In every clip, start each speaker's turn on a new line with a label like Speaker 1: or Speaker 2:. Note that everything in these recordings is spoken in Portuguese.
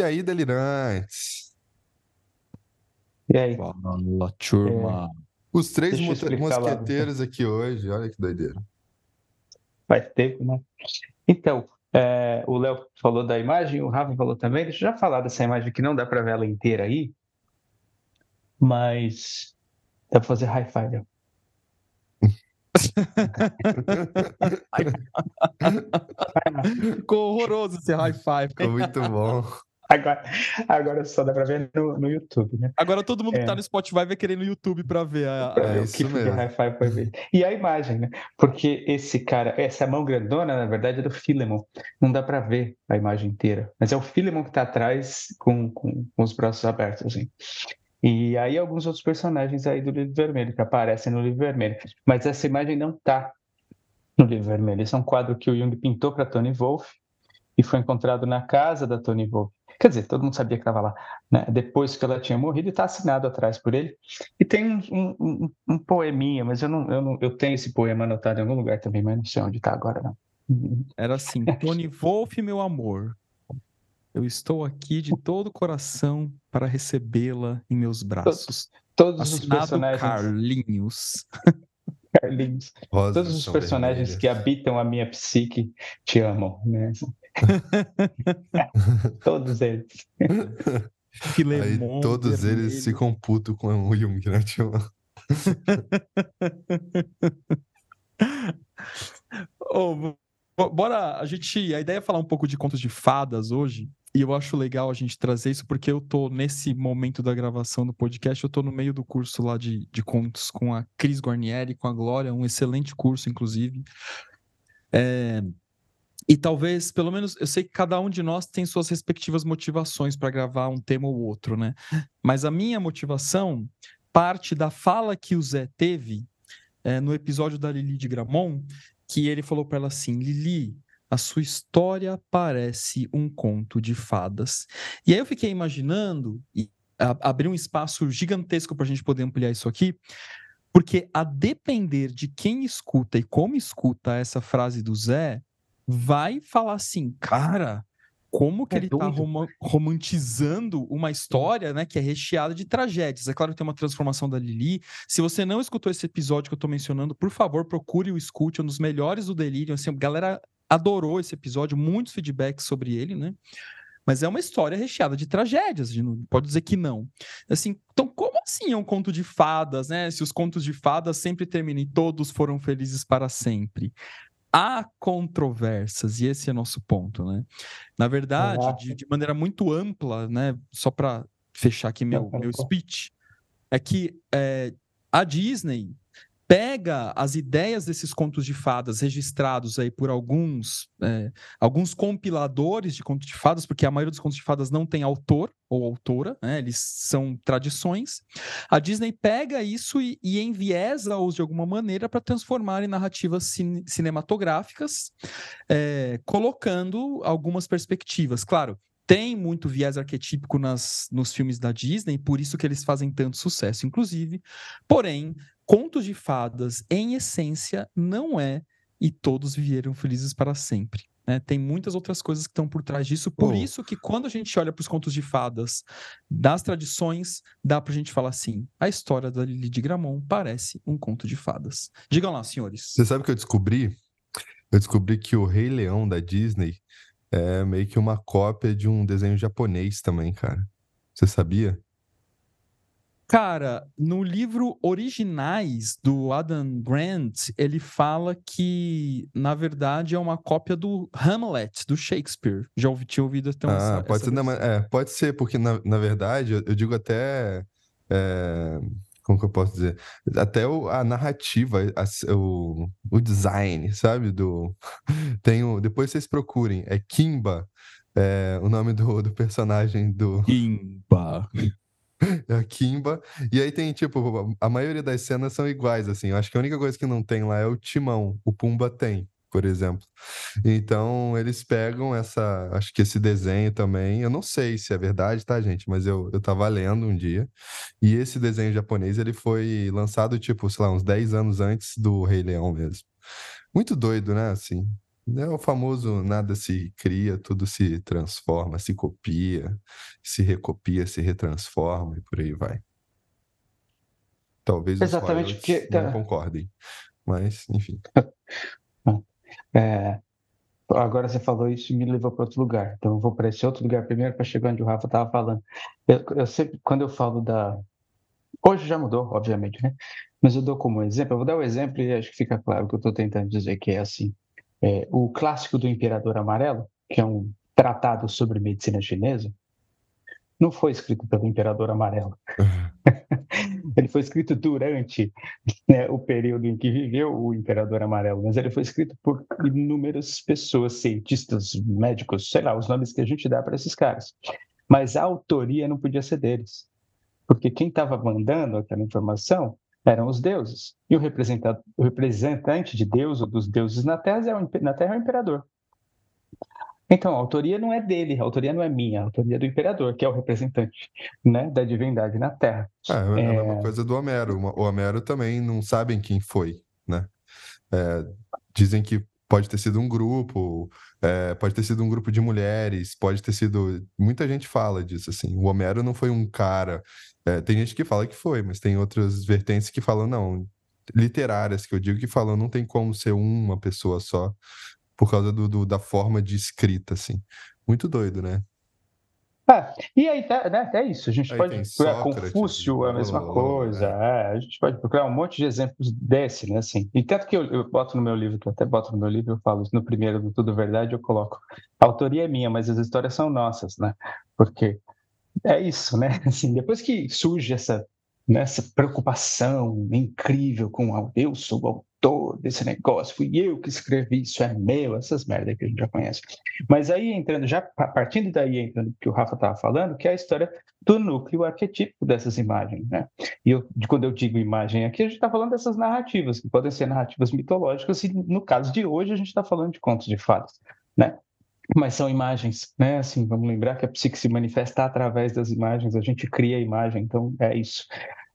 Speaker 1: E aí, delirantes?
Speaker 2: E aí?
Speaker 3: Fala,
Speaker 2: É,
Speaker 3: turma.
Speaker 1: Os três
Speaker 2: deixa eu explicar lá.
Speaker 1: mosqueteiros aqui hoje, olha que doideira.
Speaker 2: Faz tempo, né? Então, o Léo falou da imagem, o Rafa falou também. Deixa eu já falar dessa imagem que não dá para ver ela inteira aí, mas dá para fazer high five. Léo.
Speaker 3: Ficou horroroso esse high five.
Speaker 1: Ficou muito bom.
Speaker 2: Agora, agora só dá para ver no YouTube, né?
Speaker 3: Agora todo mundo que tá
Speaker 2: É,
Speaker 3: no Spotify vai querer no YouTube pra ver
Speaker 2: para
Speaker 1: É
Speaker 2: ver o
Speaker 1: isso
Speaker 2: tipo de
Speaker 1: mesmo.
Speaker 2: high five foi feito. E a imagem, né? Porque esse cara, essa mão grandona, na verdade, é do Philemon. Não dá para ver a imagem inteira, mas é o Philemon que está atrás com os braços abertos, assim. E aí alguns outros personagens aí do Livro Vermelho, que aparecem no Livro Vermelho. Mas essa imagem não está no Livro Vermelho. Esse é um quadro que o Jung pintou para Toni Wolff e foi encontrado na casa da Toni Wolff. Quer dizer, todo mundo sabia que estava lá, né? Depois que ela tinha morrido, e está assinado atrás por ele. E tem um poeminha, mas eu tenho esse poema anotado em algum lugar também, mas não sei onde está agora, não.
Speaker 3: Era assim: Toni Wolff, meu amor, eu estou aqui de todo o coração para recebê-la em meus braços.
Speaker 2: Todos os
Speaker 3: Assinado
Speaker 2: personagens,
Speaker 3: Carlinhos.
Speaker 2: Carlinhos, todos
Speaker 1: Rosas
Speaker 2: os
Speaker 1: são
Speaker 2: personagens que
Speaker 1: vermelhas.
Speaker 2: habitam a minha psique te amam, né? Todos eles.
Speaker 1: Aí
Speaker 3: Filemon
Speaker 1: todos eles
Speaker 3: vermelho.
Speaker 1: ficam putos com o Jung, né? Tipo,
Speaker 3: Ô, bora, a ideia é falar um pouco de contos de fadas hoje, e eu acho legal a gente trazer isso porque eu tô nesse momento da gravação do podcast, eu tô no meio do curso lá de contos com a Cris Guarnieri, com a Glória, um excelente curso, inclusive. E talvez, pelo menos, eu sei que cada um de nós tem suas respectivas motivações para gravar um tema ou outro, né? Mas a minha motivação parte da fala que o Zé teve no episódio da Lili de Gramont, que ele falou para ela assim: Lili, a sua história parece um conto de fadas. E aí eu fiquei imaginando, e abri um espaço gigantesco para a gente poder ampliar isso aqui, porque a depender de quem escuta e como escuta essa frase do Zé, vai falar assim, cara, como que
Speaker 2: É
Speaker 3: ele tá
Speaker 2: doido.
Speaker 3: romantizando uma história, né, que é recheada de tragédias. É claro que tem uma transformação da Lili. Se você não escutou esse episódio que eu tô mencionando, por favor, procure o escute, é um dos melhores do Delirium. Assim, a galera adorou esse episódio, muitos feedbacks sobre ele, né? Mas é uma história recheada de tragédias, a gente não pode dizer que não. Assim, então, como assim é um conto de fadas, né? Se os contos de fadas sempre terminam e todos foram felizes para sempre. Há controvérsias, e esse é nosso ponto, né? Na verdade,
Speaker 2: Caraca.
Speaker 3: de maneira muito ampla, né? Só para fechar aqui meu speech, é que a Disney pega as ideias desses contos de fadas registrados aí por alguns compiladores de contos de fadas, porque a maioria dos contos de fadas não tem autor ou autora, né? Eles são tradições. A Disney pega isso e enviesa-os de alguma maneira para transformar em narrativas cinematográficas, colocando algumas perspectivas. Claro, tem muito viés arquetípico nos filmes da Disney, por isso que eles fazem tanto sucesso, inclusive. Porém, contos de fadas, em essência, não é e todos viveram felizes para sempre. Né? Tem muitas outras coisas que estão por trás disso. Por
Speaker 1: pô,
Speaker 3: isso que quando a gente olha para os contos de fadas das tradições, dá para a gente falar assim, a história da Lili de Gramont parece um conto de fadas. Digam lá, senhores.
Speaker 1: você sabe o que eu descobri? Eu descobri que o Rei Leão da Disney é meio que uma cópia de um desenho japonês também, cara. Você sabia?
Speaker 3: Cara, no livro Originais do Adam Grant, ele fala que, na verdade, é uma cópia do Hamlet, do Shakespeare. Tinha ouvido então
Speaker 1: Ah, pode
Speaker 3: essa
Speaker 1: ser, não, mas,
Speaker 3: versão.
Speaker 1: pode ser, porque na verdade eu digo até, é, como que eu posso dizer? Até a narrativa, o design, sabe? Depois vocês procurem, é Kimba, o nome do personagem
Speaker 3: Imba.
Speaker 1: é a Kimba, e aí tem, tipo, a maioria das cenas são iguais, assim, eu acho que a única coisa que não tem lá é o Timão, o Pumba tem, por exemplo. Então, eles pegam acho que esse desenho também, eu não sei se é verdade, tá, gente? Mas eu tava lendo um dia, e esse desenho japonês, ele foi lançado, tipo, sei lá, uns 10 anos antes do Rei Leão mesmo. Muito doido, né, assim? É o famoso nada se cria, tudo se transforma, se copia, se recopia, se retransforma e por aí vai. Talvez os
Speaker 2: Exatamente,
Speaker 1: royalties
Speaker 2: porque
Speaker 1: não concordem, mas enfim.
Speaker 2: é, agora você falou isso e me levou para outro lugar. Então eu vou para esse outro lugar primeiro para chegar onde o Rafa estava falando. Eu sempre, quando eu falo da. Hoje já mudou, obviamente, né? Mas eu dou como exemplo, eu vou dar o exemplo e acho que fica claro o que eu estou tentando dizer, que é assim. O clássico do Imperador Amarelo, que é um tratado sobre medicina chinesa, não foi escrito pelo Imperador Amarelo. Ele foi escrito durante, né, o período em que viveu o Imperador Amarelo, mas ele foi escrito por inúmeras pessoas, cientistas, médicos, sei lá, os nomes que a gente dá para esses caras. Mas a autoria não podia ser deles, porque quem estava mandando aquela informação eram os deuses. E o representante de Deus ou dos deuses na Terra é o imperador. Então, a autoria não é dele, a autoria não é minha, a autoria é do imperador, que é o representante, né, da divindade na Terra.
Speaker 1: É a mesma coisa do Homero. O Homero também não sabem quem foi, né? É, dizem que pode ter sido um grupo, pode ter sido um grupo de mulheres, pode ter sido. Muita gente fala disso, assim. O Homero não foi um cara. Tem gente que fala que foi, mas tem outras vertentes que falam, não. Literárias, que eu digo que falam, não tem como ser uma pessoa só, por causa da forma de escrita, assim. Muito doido, né?
Speaker 2: E aí, né, é isso. A gente
Speaker 1: Aí
Speaker 2: pode
Speaker 1: tem
Speaker 2: procurar
Speaker 1: Sócrates e
Speaker 2: Confúcio, a
Speaker 1: blá blá
Speaker 2: mesma
Speaker 1: blá blá blá.
Speaker 2: coisa. A gente pode procurar um monte de exemplos desse, né? Assim. E tanto que eu boto no meu livro, que eu até boto no meu livro, eu falo isso no primeiro do Tudo Verdade, eu coloco. A autoria é minha, mas as histórias são nossas, né? Porque é isso, né? Assim, depois que surge essa preocupação incrível com eu sou o autor desse negócio, fui eu que escrevi, isso é meu, essas merdas que a gente já conhece. Mas aí entrando, já partindo daí, entrando o que o Rafa estava falando, que é a história do núcleo arquetípico dessas imagens, né? Quando eu digo imagem aqui, a gente está falando dessas narrativas, que podem ser narrativas mitológicas, e no caso de hoje, a gente está falando de contos de fadas, né? Mas são imagens, né? Assim, vamos lembrar que a psique se manifesta através das imagens, a gente cria a imagem, então é isso.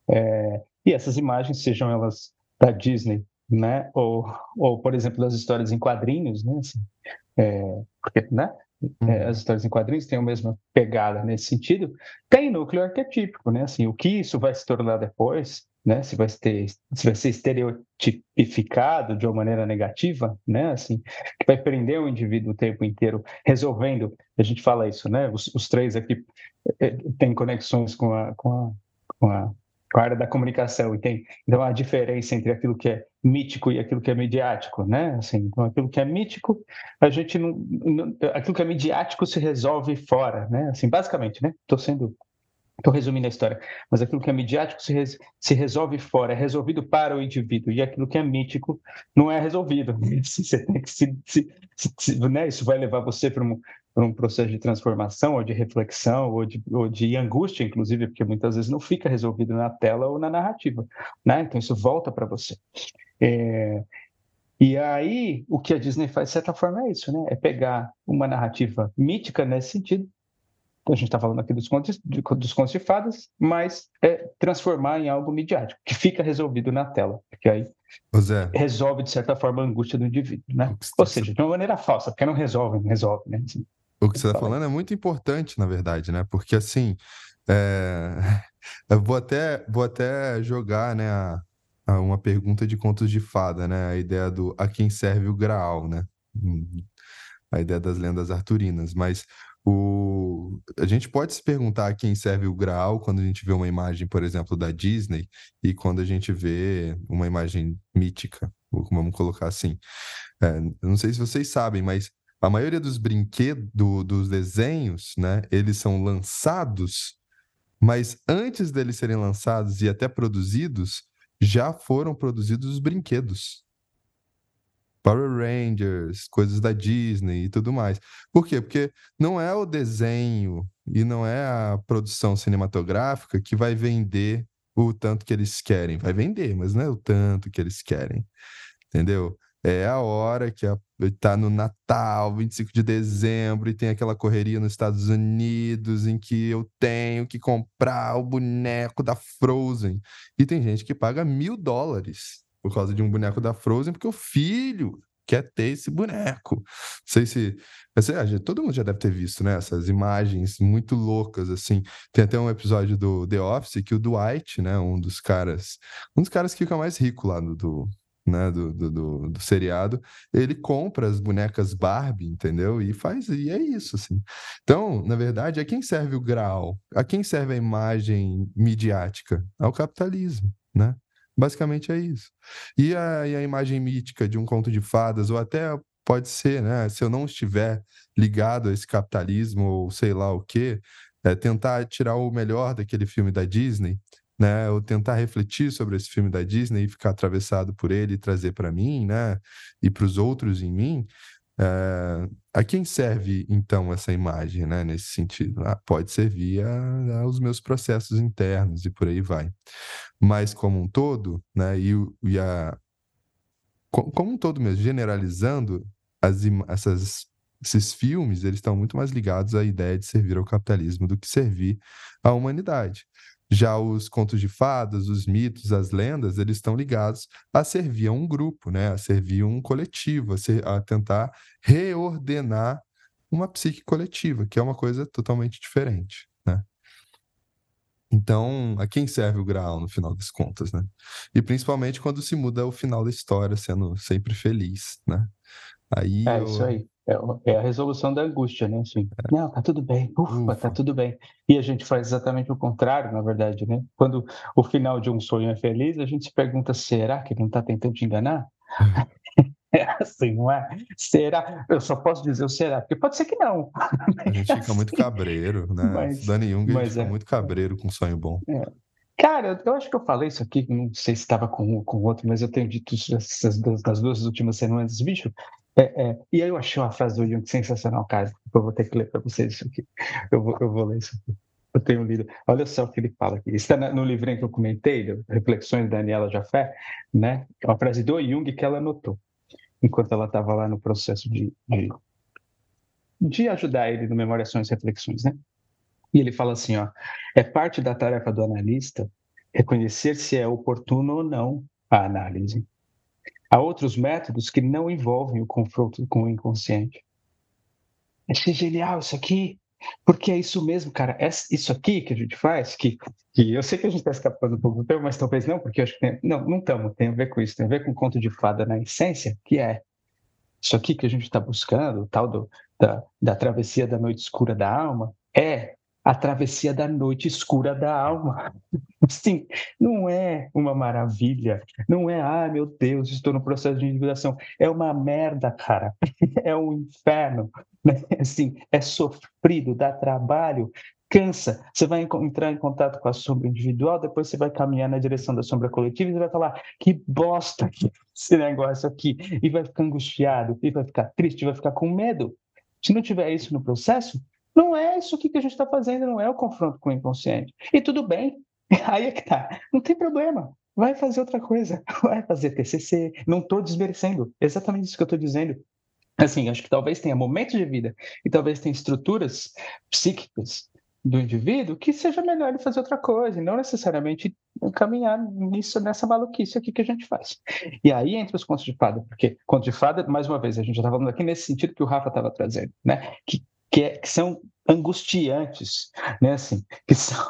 Speaker 2: E essas imagens, sejam elas da Disney, né? Ou, por exemplo, das histórias em quadrinhos, né? Assim, porque, né? As
Speaker 1: Uhum.
Speaker 2: histórias em quadrinhos têm a mesma pegada nesse sentido, tem núcleo arquetípico, né? Assim, o que isso vai se tornar depois, né? Se vai ser estereotipificado de uma maneira negativa, né? Assim, que vai prender o indivíduo o tempo inteiro resolvendo. A gente fala isso, né? Os três aqui têm conexões com a com a área da comunicação e tem então a diferença entre aquilo que é mítico e aquilo que é midiático, né? Assim, então, aquilo que é mítico a gente aquilo que é midiático se resolve fora, né? Assim, basicamente, né? Estou resumindo a história, mas aquilo que é midiático se resolve fora, é resolvido para o indivíduo, e aquilo que é mítico não é resolvido. Você tem que né? Isso vai levar você para um processo de transformação, ou de reflexão, ou de angústia, inclusive, porque muitas vezes não fica resolvido na tela ou na narrativa, né? Então isso volta para você. É, e aí, o que a Disney faz, de certa forma, é isso, né? É pegar uma narrativa mítica nesse sentido, a gente está falando aqui dos contos de fadas, mas transformar em algo midiático, que fica resolvido na tela, porque aí
Speaker 1: Ô Zé,
Speaker 2: resolve, de certa forma, a angústia do indivíduo, né?
Speaker 1: o que
Speaker 2: Ou
Speaker 1: você
Speaker 2: seja, de uma maneira falsa, porque não resolve, né? Assim,
Speaker 1: o que você tá
Speaker 2: fala aí.
Speaker 1: falando é muito importante, na verdade, né? Porque assim, é, eu vou até jogar, né, uma pergunta de contos de fada, né? A ideia do a quem serve o Graal, né? A ideia das lendas arturinas. Mas a gente pode se perguntar a quem serve o Graal quando a gente vê uma imagem, por exemplo, da Disney, e quando a gente vê uma imagem mítica, vamos colocar assim. Eu não sei se vocês sabem, mas a maioria dos brinquedos, dos desenhos, né, eles são lançados, mas antes deles serem lançados e até produzidos, já foram produzidos os brinquedos. Power Rangers, coisas da Disney e tudo mais. Por quê? Porque não é o desenho e não é a produção cinematográfica que vai vender o tanto que eles querem. Vai vender, mas não é o tanto que eles querem. Entendeu? É a hora que tá no Natal, 25 de dezembro, e tem aquela correria nos Estados Unidos em que eu tenho que comprar o boneco da Frozen. E tem gente que paga $1.000 por causa de um boneco da Frozen, porque o filho quer ter esse boneco. Não sei se... todo mundo já deve ter visto, né? Essas imagens muito loucas, assim. Tem até um episódio do The Office que o Dwight, né? Um dos caras que fica mais rico lá né, do seriado, ele compra as bonecas Barbie, entendeu? E é isso, assim. Então, na verdade, a quem serve o Graal? A quem serve a imagem midiática? Ao capitalismo, né? Basicamente é isso. E a imagem mítica de um conto de fadas, ou até pode ser, né? Se eu não estiver ligado a esse capitalismo, ou sei lá o quê, tentar tirar o melhor daquele filme da Disney, né? Ou tentar refletir sobre esse filme da Disney e ficar atravessado por ele e trazer para mim, né? E para os outros em mim. A quem serve, então, essa imagem, né, nesse sentido? Pode servir aos meus processos internos e por aí vai. Mas como um todo, né, como um todo mesmo, generalizando, esses filmes, eles estão muito mais ligados à ideia de servir ao capitalismo do que servir à humanidade. Já os contos de fadas, os mitos, as lendas, eles estão ligados a servir a um grupo, né? A servir um coletivo, a tentar reordenar uma psique coletiva, que é uma coisa totalmente diferente, né? Então, a quem serve o Graal no final das contas, né? E principalmente quando se muda o final da história, sendo sempre feliz, né? Aí
Speaker 2: É isso
Speaker 1: eu.
Speaker 2: aí. É a resolução da angústia, né? Assim, não, tá tudo bem, ufa, tá
Speaker 1: Ufa.
Speaker 2: tudo bem. E a gente faz exatamente o contrário, na verdade, né? Quando o final de um sonho é feliz, a gente se pergunta, será que ele não está tentando te enganar? É assim, não é? Será? Eu só posso dizer o será, porque pode ser que não.
Speaker 1: A gente
Speaker 2: É
Speaker 1: fica muito
Speaker 2: assim,
Speaker 1: cabreiro, né?
Speaker 2: mas,
Speaker 1: Dani Jung, ele
Speaker 2: mas
Speaker 1: fica muito cabreiro com sonho bom.
Speaker 2: é. Cara, eu acho que eu falei isso aqui, não sei se estava com um com o outro, mas eu tenho dito isso nas duas últimas semanas, bicho. E aí eu achei uma frase do Jung sensacional, cara. Eu vou ter que ler para vocês isso aqui. Eu vou ler isso aqui. Eu tenho lido. Olha só o que ele fala aqui. Está no livrinho que eu comentei, Reflexões da Daniela Jafé, né? É uma frase do Jung que ela anotou, enquanto ela estava lá no processo de ajudar ele no Memoriações e Reflexões, né? E ele fala assim, ó, é parte da tarefa do analista reconhecer se é oportuno ou não a análise. Há outros métodos que não envolvem o confronto com o inconsciente. Achei genial isso aqui, porque é isso mesmo, cara. É isso aqui que a gente faz, que eu sei que a gente está escapando um pouco do tempo, mas talvez não, porque eu acho que não estamos, tem a ver com isso, tem a ver com o conto de fada na essência, que é isso aqui que a gente está buscando, o tal da travessia da noite escura da alma, é a travessia da noite escura da alma. Sim, não é uma maravilha, não é, ah, meu Deus, estou no processo de individuação. É uma merda, cara. É um inferno, né? Assim, é sofrido, dá trabalho, cansa. Você vai entrar em contato com a sombra individual, depois você vai caminhar na direção da sombra coletiva e você vai falar, que bosta esse negócio aqui, e vai ficar angustiado, e vai ficar triste, vai ficar com medo. Se não tiver isso no processo, não é isso aqui que a gente está fazendo, não é o confronto com o inconsciente. E tudo bem, aí é que tá, não tem problema. Vai fazer outra coisa, vai fazer TCC. Não estou desmerecendo, exatamente isso que eu estou dizendo. Assim, acho que talvez tenha momentos de vida e talvez tenha estruturas psíquicas do indivíduo que seja melhor ele fazer outra coisa, e não necessariamente caminhar nessa maluquice aqui que a gente faz. E aí entra os contos de fada, porque contos de fada, mais uma vez, a gente já está falando aqui nesse sentido que o Rafa estava trazendo, né? Que são angustiantes, né? Assim, que são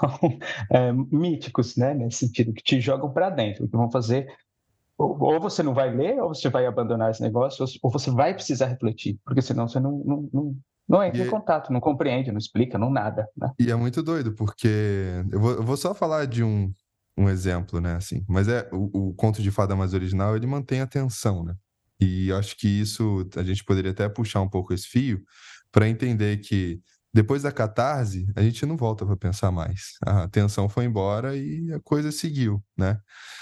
Speaker 2: míticos, né? Nesse sentido, que te jogam para dentro, que vão fazer ou você não vai ler, ou você vai abandonar esse negócio, ou você vai precisar refletir, porque senão você não entra em
Speaker 1: E,
Speaker 2: contato, não compreende, não explica, não nada, né?
Speaker 1: e é muito doido, porque eu vou só falar de um exemplo, né, assim, mas o conto de fada mais original, ele mantém a tensão, né? E eu acho que isso, a gente poderia até puxar um pouco esse fio para entender que depois da catarse, a gente não volta para pensar mais. A tensão foi embora e a coisa seguiu, né?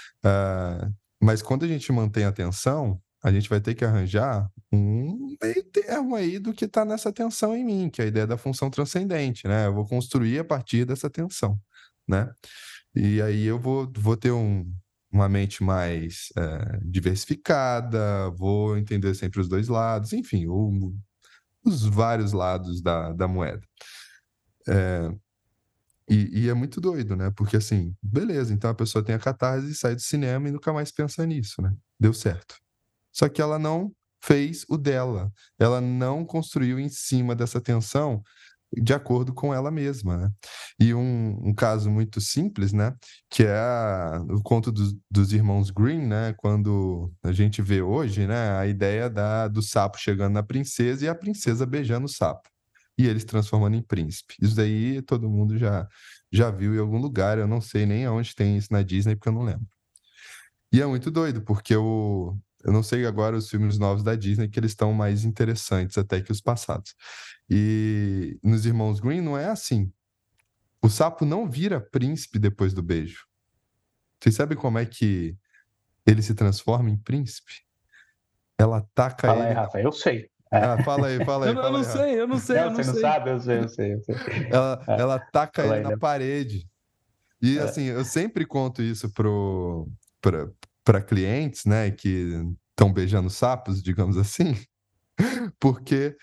Speaker 1: Ah, mas quando a gente mantém a tensão, a gente vai ter que arranjar um meio termo aí do que está nessa tensão em mim, que é a ideia da função transcendente, né? Eu vou construir a partir dessa tensão, né? E aí eu vou ter uma mente mais diversificada, vou entender sempre os dois lados, enfim, os vários lados da moeda. E é muito doido, né? Porque assim, beleza, então a pessoa tem a catarse, sai do cinema e nunca mais pensa nisso, né? Deu certo. Só que ela não fez o dela. Ela não construiu em cima dessa tensão de acordo com ela mesma, né? E um caso muito simples, né? Que é o conto dos irmãos Grimm, né? Quando a gente vê hoje, né? A ideia do sapo chegando na princesa e a princesa beijando o sapo. E ele se transformando em príncipe. Isso daí todo mundo já viu em algum lugar. Eu não sei nem aonde tem isso na Disney, porque eu não lembro. E é muito doido, porque eu não sei agora os filmes novos da Disney, que eles estão mais interessantes até que os passados. E nos Irmãos Grimm não é assim. O sapo não vira príncipe depois do beijo. Vocês sabem como é que ele se transforma em príncipe? Ela ataca
Speaker 2: Fala aí,
Speaker 1: ele.
Speaker 2: Rafa, eu sei.
Speaker 1: Fala aí, fala
Speaker 3: Eu
Speaker 1: aí,
Speaker 3: não, eu
Speaker 1: fala
Speaker 3: não
Speaker 1: aí, Rafa.
Speaker 3: sei, eu não sei,
Speaker 2: Não,
Speaker 3: eu não
Speaker 2: você não
Speaker 3: sei.
Speaker 2: sabe? Eu sei. É,
Speaker 1: Ela ataca
Speaker 2: fala
Speaker 1: ele
Speaker 2: aí,
Speaker 1: na
Speaker 2: né?
Speaker 1: parede. E
Speaker 2: É.
Speaker 1: assim, eu sempre conto isso para clientes, né, que estão beijando sapos, digamos assim. Porque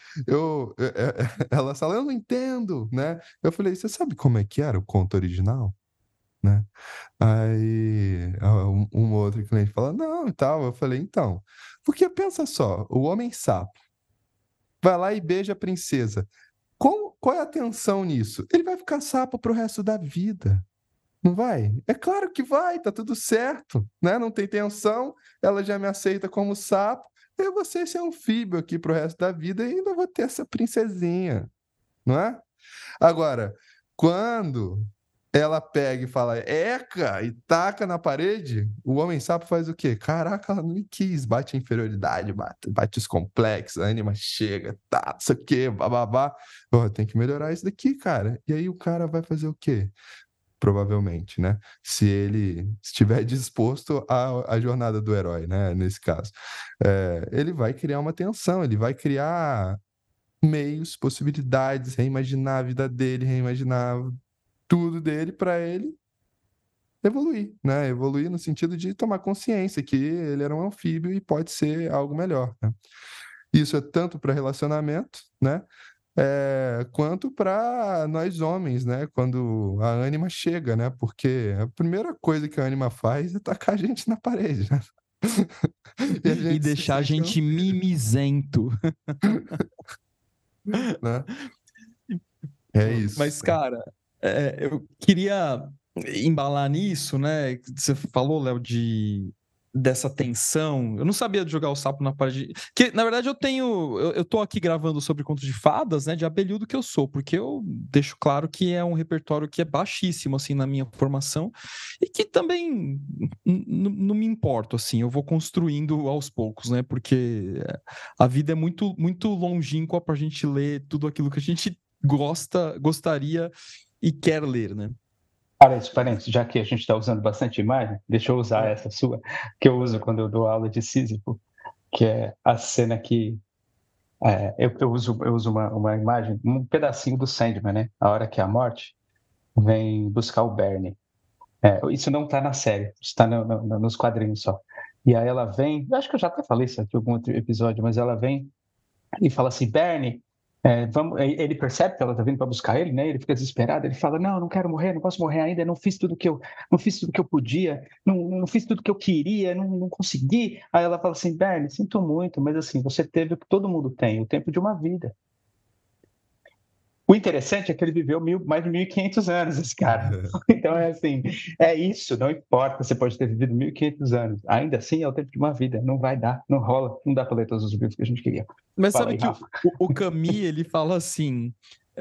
Speaker 1: ela fala, eu não entendo, né? Eu falei, você sabe como é que era o conto original, né? Aí um outro cliente fala, não, e tal. Eu falei, então, porque pensa só, o homem sapo vai lá e beija a princesa. Qual é a tensão nisso? Ele vai ficar sapo pro resto da vida. Não vai? É claro que vai, tá tudo certo, né? Não tem tensão, ela já me aceita como sapo. Eu vou ser esse anfíbio aqui pro resto da vida e ainda vou ter essa princesinha, não é? Agora, quando ela pega e fala eca e taca na parede, o homem sapo faz o quê? Caraca, ela não me quis, bate a inferioridade, bate os complexos, a ânima chega, tá, não sei o quê, bababá. Pô, tem que melhorar isso daqui, cara. E aí o cara vai fazer o quê? Provavelmente, né? Se ele estiver disposto à jornada do herói, né? Nesse caso, ele vai criar uma tensão, ele vai criar meios, possibilidades, reimaginar a vida dele, reimaginar tudo dele para ele evoluir, né? Evoluir no sentido de tomar consciência que ele era um anfíbio e pode ser algo melhor, né? Isso é tanto para relacionamento, né? Quanto para nós homens, né? Quando a ânima chega, né? Porque a primeira coisa que a ânima faz é tacar a gente na parede, né? E a
Speaker 3: E
Speaker 1: gente se
Speaker 3: deixar a
Speaker 1: sente,
Speaker 3: gente mimizento.
Speaker 1: né? É isso.
Speaker 3: Mas, cara, eu queria embalar nisso, né? Você falou, Léo, dessa tensão. Eu não sabia de jogar o sapo na parede. Que, na verdade, eu tô aqui gravando sobre contos de fadas, né? De abelhudo que eu sou, porque eu deixo claro que é um repertório que é baixíssimo, assim, na minha formação, e que também não me importo, assim, eu vou construindo aos poucos, né? Porque a vida é muito, muito longínqua pra gente ler tudo aquilo que a gente gostaria e quer ler, né?
Speaker 2: Parênteses, já que a gente está usando bastante imagem, deixa eu usar essa sua, que eu uso quando eu dou aula de Sísifo, que é a cena que eu uso uma imagem, um pedacinho do Sandman, né? A hora que a morte vem buscar o Bernie. Isso não está na série, está nos quadrinhos só. E aí ela vem, eu acho que eu já até falei isso aqui em algum outro episódio, mas ela vem e fala assim, Bernie, ele percebe que ela está vindo para buscar ele, né? Ele fica desesperado, ele fala, não quero morrer, não posso morrer ainda, não fiz tudo que eu podia, não fiz tudo que eu queria, não consegui. Aí ela fala assim, Bernie, sinto muito, mas assim, você teve o que todo mundo tem, o tempo de uma vida. O interessante é que ele viveu mais de 1.500 anos, esse cara. Então é assim, é isso, não importa, você pode ter vivido 1.500 anos. Ainda assim é o tempo de uma vida, não vai dar, não rola, não dá para ler todos os livros que a gente queria.
Speaker 3: Mas
Speaker 2: Fala
Speaker 3: sabe
Speaker 2: aí,
Speaker 3: que
Speaker 2: Rafa.
Speaker 3: o Camus, ele fala assim,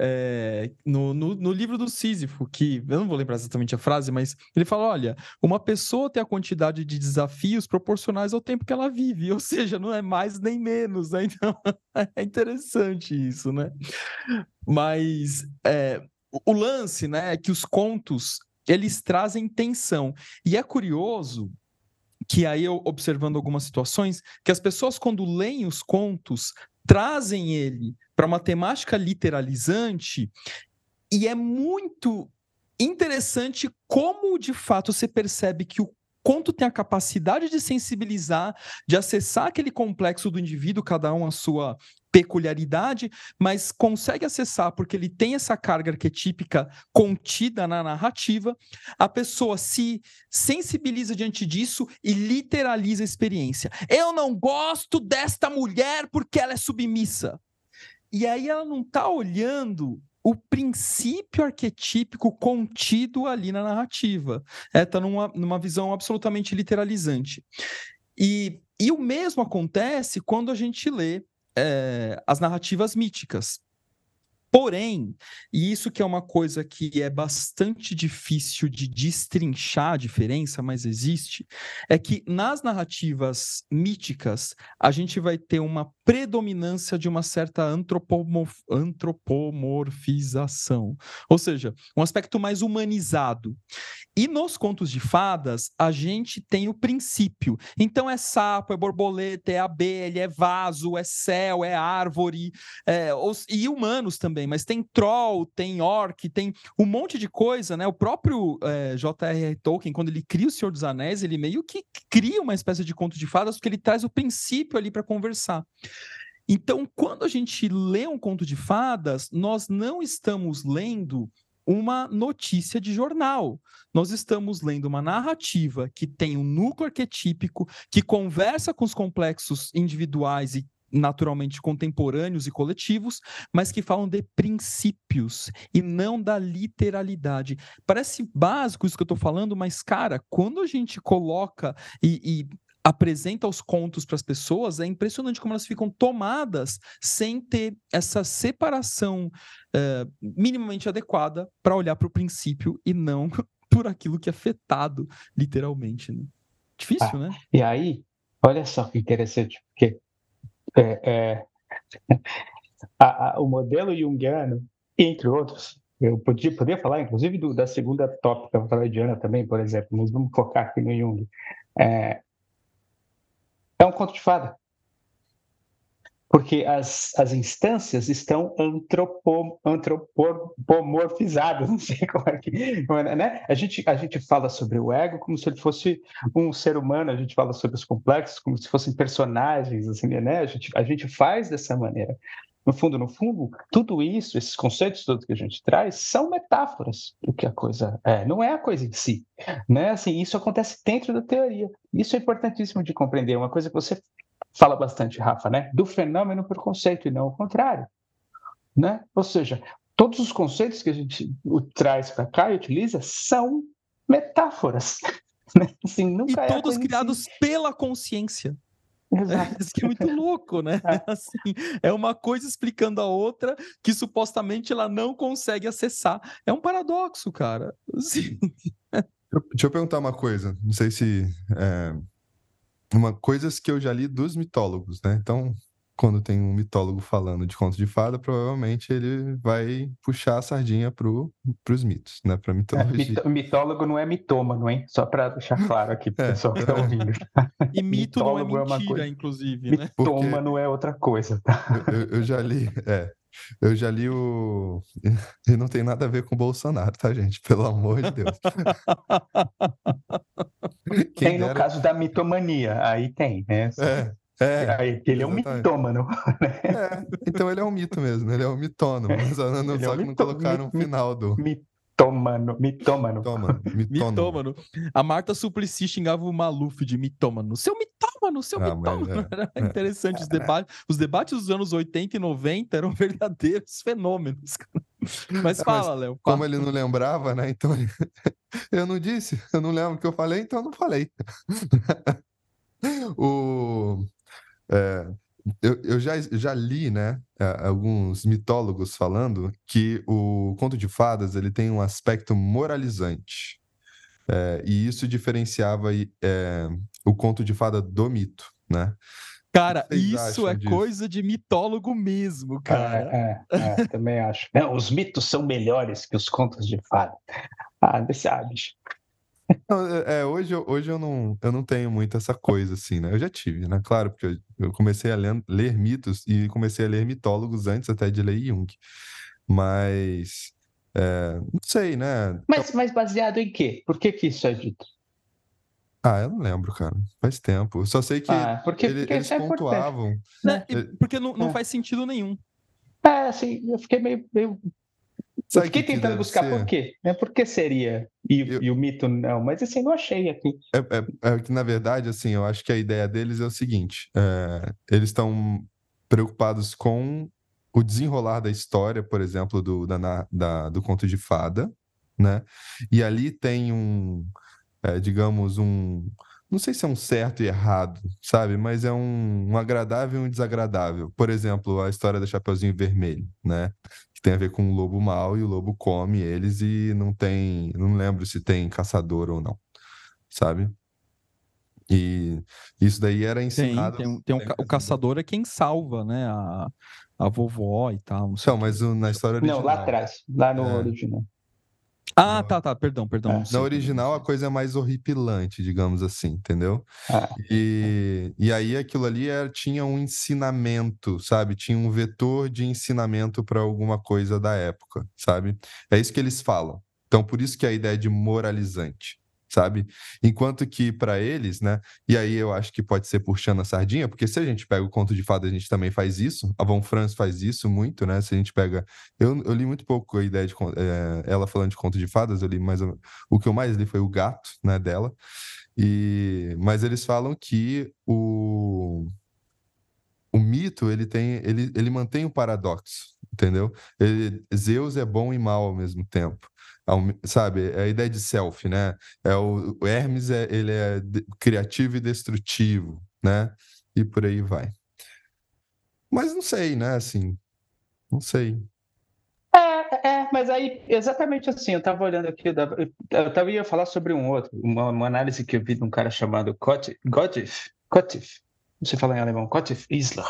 Speaker 3: no livro do Sísifo, que eu não vou lembrar exatamente a frase, mas ele fala, olha, uma pessoa tem a quantidade de desafios proporcionais ao tempo que ela vive, ou seja, não é mais nem menos, né? Então, é interessante isso, né? Mas o lance, né, é que os contos, eles trazem tensão. E é curioso que aí eu observando algumas situações, que as pessoas quando leem os contos, trazem ele para uma temática literalizante e é muito interessante como de fato você percebe que conto tem a capacidade de sensibilizar, de acessar aquele complexo do indivíduo, cada um a sua peculiaridade, mas consegue acessar porque ele tem essa carga arquetípica contida na narrativa, a pessoa se sensibiliza diante disso e literaliza a experiência. Eu não gosto desta mulher porque ela é submissa. E aí ela não está olhando o princípio arquetípico contido ali na narrativa. Está numa visão absolutamente literalizante. E o mesmo acontece quando a gente lê as narrativas míticas. Porém, e isso que é uma coisa que é bastante difícil de destrinchar a diferença, mas existe, é que nas narrativas míticas a gente vai ter uma predominância de uma certa antropomorfização, ou seja, um aspecto mais humanizado. E nos contos de fadas, a gente tem o princípio. Então é sapo, é borboleta, é abelha, é vaso, é céu, é árvore, e humanos também, mas tem troll, tem orc, tem um monte de coisa, né? O próprio J.R.R. Tolkien, quando ele cria o Senhor dos Anéis, ele meio que cria uma espécie de conto de fadas, porque ele traz o princípio ali para conversar. Então, quando a gente lê um conto de fadas, nós não estamos lendo uma notícia de jornal. Nós estamos lendo uma narrativa que tem um núcleo arquetípico, que conversa com os complexos individuais e naturalmente contemporâneos e coletivos, mas que falam de princípios e não da literalidade. Parece básico isso que eu estou falando, mas, cara, quando a gente coloca e apresenta os contos para as pessoas, é impressionante como elas ficam tomadas sem ter essa separação minimamente adequada para olhar para o princípio e não por aquilo que é afetado, literalmente. Né? Difícil, né?
Speaker 2: E aí, olha só que interessante, porque o modelo junguiano, entre outros, eu podia falar, inclusive, da segunda tópica freudiana também, por exemplo, mas vamos focar aqui no Jung. É um conto de fada. Porque as instâncias estão antropomorfizadas, não sei como é que... Né? A gente fala sobre o ego como se ele fosse um ser humano, a gente fala sobre os complexos como se fossem personagens, assim, né? A gente faz dessa maneira. No fundo, tudo isso, esses conceitos todos que a gente traz, são metáforas do que a coisa é, não é a coisa em si. Né? Assim, isso acontece dentro da teoria. Isso é importantíssimo de compreender, uma coisa que você fala bastante, Rafa, né? Do fenômeno por conceito e não o contrário. Né? Ou seja, todos os conceitos que a gente traz para cá e utiliza são metáforas. Né? Assim, nunca
Speaker 3: e todos criados pela consciência.
Speaker 2: Exato.
Speaker 3: Isso que é muito louco, né? Assim, é uma coisa explicando a outra que supostamente ela não consegue acessar. É um paradoxo, cara. Assim.
Speaker 1: Deixa eu perguntar uma coisa. Não sei se... coisas que eu já li dos mitólogos, né? Então, quando tem um mitólogo falando de conto de fada, provavelmente ele vai puxar a sardinha pros mitos, né? Pra mitologia.
Speaker 2: Mitólogo não é mitômano, hein? Só para deixar claro aqui pro pessoal que está ouvindo.
Speaker 3: E mito não é
Speaker 2: Mitólogo
Speaker 3: mentira, inclusive, né?
Speaker 2: Mitômano é outra coisa.
Speaker 1: Eu já li... Eu já li o... E não tem nada a ver com o Bolsonaro, tá, gente? Pelo amor de Deus.
Speaker 2: Tem no caso da mitomania, aí tem, né? Aí, ele é um mitômano. Né?
Speaker 1: Então ele é um mito mesmo, ele é um mitônomo. Só que não colocaram no final do...
Speaker 2: Mitômano.
Speaker 3: A Marta Suplicy xingava o Maluf de mitômano. Seu mitômano, seu mitômano. Era interessante os debates dos anos 80 e 90 eram verdadeiros fenômenos. Mas fala, Léo.
Speaker 1: Como ele não lembrava, né? Então eu não disse, eu não lembro o que eu falei, então eu não falei. Eu já li, né, alguns mitólogos falando que o conto de fadas ele tem um aspecto moralizante. E isso diferenciava o conto de fada do mito, né?
Speaker 3: Cara, isso é coisa de mitólogo mesmo, cara.
Speaker 2: Também acho. Não, os mitos são melhores que os contos de fada. Bicho.
Speaker 1: Hoje eu não tenho muito essa coisa, assim, né? Eu já tive, né? Claro, porque eu comecei a ler mitos e comecei a ler mitólogos antes até de ler Jung. Mas, não sei, né?
Speaker 2: Mas baseado em quê? Por que isso é dito?
Speaker 1: Ah, eu não lembro, cara. Faz tempo. Eu só sei que
Speaker 2: Porque
Speaker 1: eles
Speaker 2: isso é importante,
Speaker 1: pontuavam.
Speaker 3: Né?
Speaker 2: né?
Speaker 3: Porque não
Speaker 2: É.
Speaker 3: faz sentido nenhum.
Speaker 2: Assim, eu fiquei eu
Speaker 1: Sabe o
Speaker 2: fiquei
Speaker 1: que
Speaker 2: tentando
Speaker 1: deve
Speaker 2: buscar por
Speaker 1: ser?
Speaker 2: quê, né? Por que seria? E,
Speaker 1: Eu,
Speaker 2: e o mito não, mas assim, não achei aqui.
Speaker 1: é que, na verdade, assim, eu acho que a ideia deles é o seguinte: eles estão preocupados com o desenrolar da história, por exemplo, do conto de fada, né? E ali tem digamos, não sei se é um certo e errado, sabe? Mas é um agradável e um desagradável. Por exemplo, a história do Chapeuzinho Vermelho, né? Que tem a ver com o lobo mau e o lobo come eles e não lembro se tem caçador ou não, sabe? E isso daí era
Speaker 3: Tem,
Speaker 1: ensinado
Speaker 3: tem, um- tem um ca- o caçador é quem salva, né? A vovó e tal, não sei
Speaker 1: Então,
Speaker 3: o quê.
Speaker 1: mas na história
Speaker 2: Não, lá
Speaker 1: original.
Speaker 2: atrás, lá no
Speaker 1: É,
Speaker 2: original.
Speaker 3: Ah, tá, perdão, não
Speaker 2: É.
Speaker 1: na
Speaker 3: sei também, não
Speaker 1: original a
Speaker 3: sei.
Speaker 1: coisa é mais horripilante, digamos assim, entendeu?
Speaker 2: Ah,
Speaker 1: E aí aquilo ali tinha um ensinamento, sabe? Tinha um vetor de ensinamento para alguma coisa da época, sabe? É isso que eles falam. Então, por isso que a ideia de moralizante, sabe? Enquanto que para eles, né? E aí eu acho que pode ser puxando a sardinha, porque se a gente pega o conto de fada, a gente também faz isso. A Von Franz faz isso muito, né? Se a gente pega. Eu li muito pouco a ideia de ela falando de conto de fadas, eu li mais. O que eu mais li foi o gato, né, dela. Mas eles falam que o mito ele mantém o paradoxo, entendeu? Zeus é bom e mal ao mesmo tempo. Sabe, é a ideia de self, né? O Hermes ele é criativo e destrutivo, né? E por aí vai. Mas não sei, né? Assim, não sei.
Speaker 2: mas aí, exatamente assim, eu estava olhando aqui, ia falar sobre um outro, uma análise que eu vi de um cara chamado Kotif, não sei falar em alemão, Kotif Isler.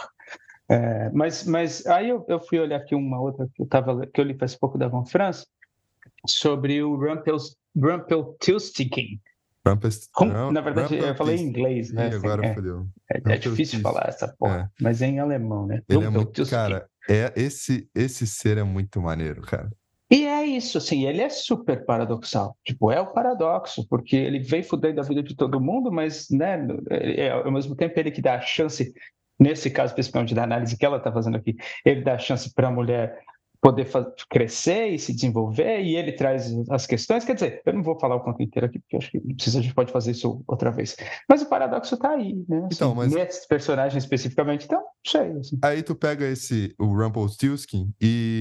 Speaker 2: Mas aí eu fui olhar aqui uma outra que eu li faz pouco da Von Franz, sobre o Rumpelstiltskin. Na verdade, eu falei em inglês, né?
Speaker 1: Ih,
Speaker 2: Assim,
Speaker 1: agora fodeu.
Speaker 2: é difícil falar essa porra,
Speaker 1: É.
Speaker 2: mas é em alemão, né?
Speaker 1: Ele é muito.
Speaker 2: Rumpelstiltskin.
Speaker 1: Cara, esse ser é muito maneiro, cara.
Speaker 2: E é isso, assim, ele é super paradoxal. Tipo, é o paradoxo, porque ele vem fudendo a vida de todo mundo, mas, né, ao mesmo tempo ele que dá a chance, nesse caso, principalmente da análise que ela está fazendo aqui, ele dá a chance para a mulher poder crescer e se desenvolver, e ele traz as questões. Quer dizer, eu não vou falar o conto inteiro aqui, porque acho que não precisa, a gente pode fazer isso outra vez. Mas o paradoxo está aí, né?
Speaker 1: Então,
Speaker 2: Assim,
Speaker 1: mas
Speaker 2: nesse personagem especificamente, então, não sei. Assim.
Speaker 1: aí tu pega o Rumpelstiltskin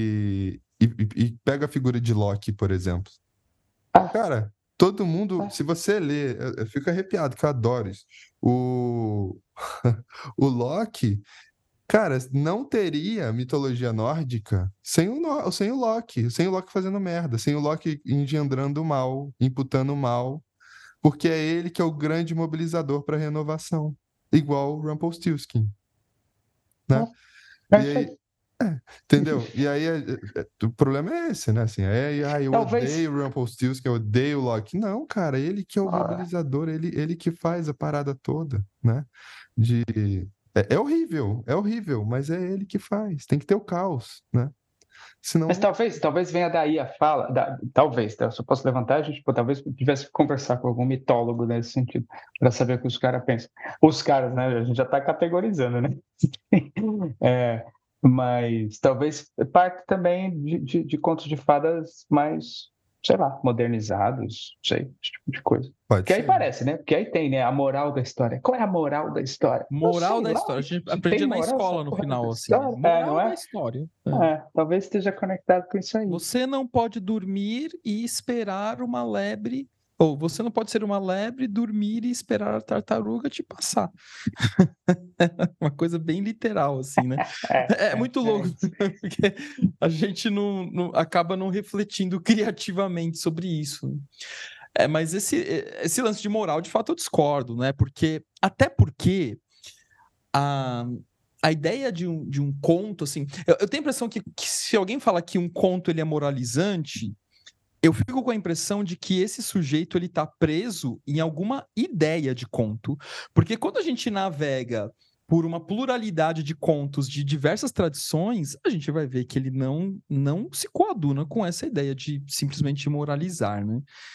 Speaker 1: e pega a figura de Loki, por exemplo.
Speaker 2: Ah,
Speaker 1: Cara, todo mundo,
Speaker 2: ah,
Speaker 1: se você ler, eu fico arrepiado, que eu adoro isso. O, o Loki, cara, não teria mitologia nórdica sem o Loki, sem o Loki fazendo merda, sem o Loki engendrando o mal, imputando o mal, porque é ele que é o grande mobilizador para a renovação, igual o Rumpelstiltskin, né?
Speaker 2: é
Speaker 1: E
Speaker 2: isso
Speaker 1: aí,
Speaker 2: aí.
Speaker 1: entendeu? E aí o problema é esse, né? Assim, eu
Speaker 2: Talvez.
Speaker 1: odeio o Rumpelstiltskin, eu odeio o Loki. Não, cara, ele que é o
Speaker 2: Ah,
Speaker 1: mobilizador, ele que faz a parada toda, né? De... é horrível, mas é ele que faz. Tem que ter o caos, né?
Speaker 2: Mas
Speaker 1: Senão,
Speaker 2: talvez venha daí a fala, talvez, tá? Eu só posso levantar, a gente talvez tivesse que conversar com algum mitólogo nesse sentido, para saber o que os caras pensam. Os caras, né? A gente já está categorizando, né? É, mas talvez parte também de contos de fadas mais, sei lá, modernizados, não sei, esse tipo de coisa.
Speaker 1: pode
Speaker 2: Que aí
Speaker 1: ser.
Speaker 2: parece, né? Porque aí tem, né, a moral da história. Qual é a moral da história? Eu
Speaker 3: Moral
Speaker 2: sei
Speaker 3: da
Speaker 2: lá,
Speaker 3: história. A gente
Speaker 2: se tem
Speaker 3: aprendia na
Speaker 2: moral essa
Speaker 3: escola no
Speaker 2: porra
Speaker 3: final,
Speaker 2: dessa
Speaker 3: assim, né?
Speaker 2: história. Não
Speaker 3: Moral da
Speaker 2: é?
Speaker 3: história.
Speaker 2: Talvez esteja conectado com isso aí.
Speaker 3: Você não pode dormir e esperar uma lebre, ou você não pode ser uma lebre, dormir e esperar a tartaruga te passar. Uma coisa bem literal, assim, né? É muito louco,
Speaker 2: Isso.
Speaker 3: porque a gente acaba não refletindo criativamente sobre isso, né? Mas esse lance de moral, de fato, eu discordo, né? Até porque a, a ideia de um conto, assim, eu tenho a impressão que se alguém fala que um conto ele é moralizante, eu fico com a impressão de que esse sujeito ele está preso em alguma ideia de conto, porque quando a gente navega por uma pluralidade de contos de diversas tradições, a gente vai ver que ele não se coaduna com essa ideia de simplesmente moralizar, né?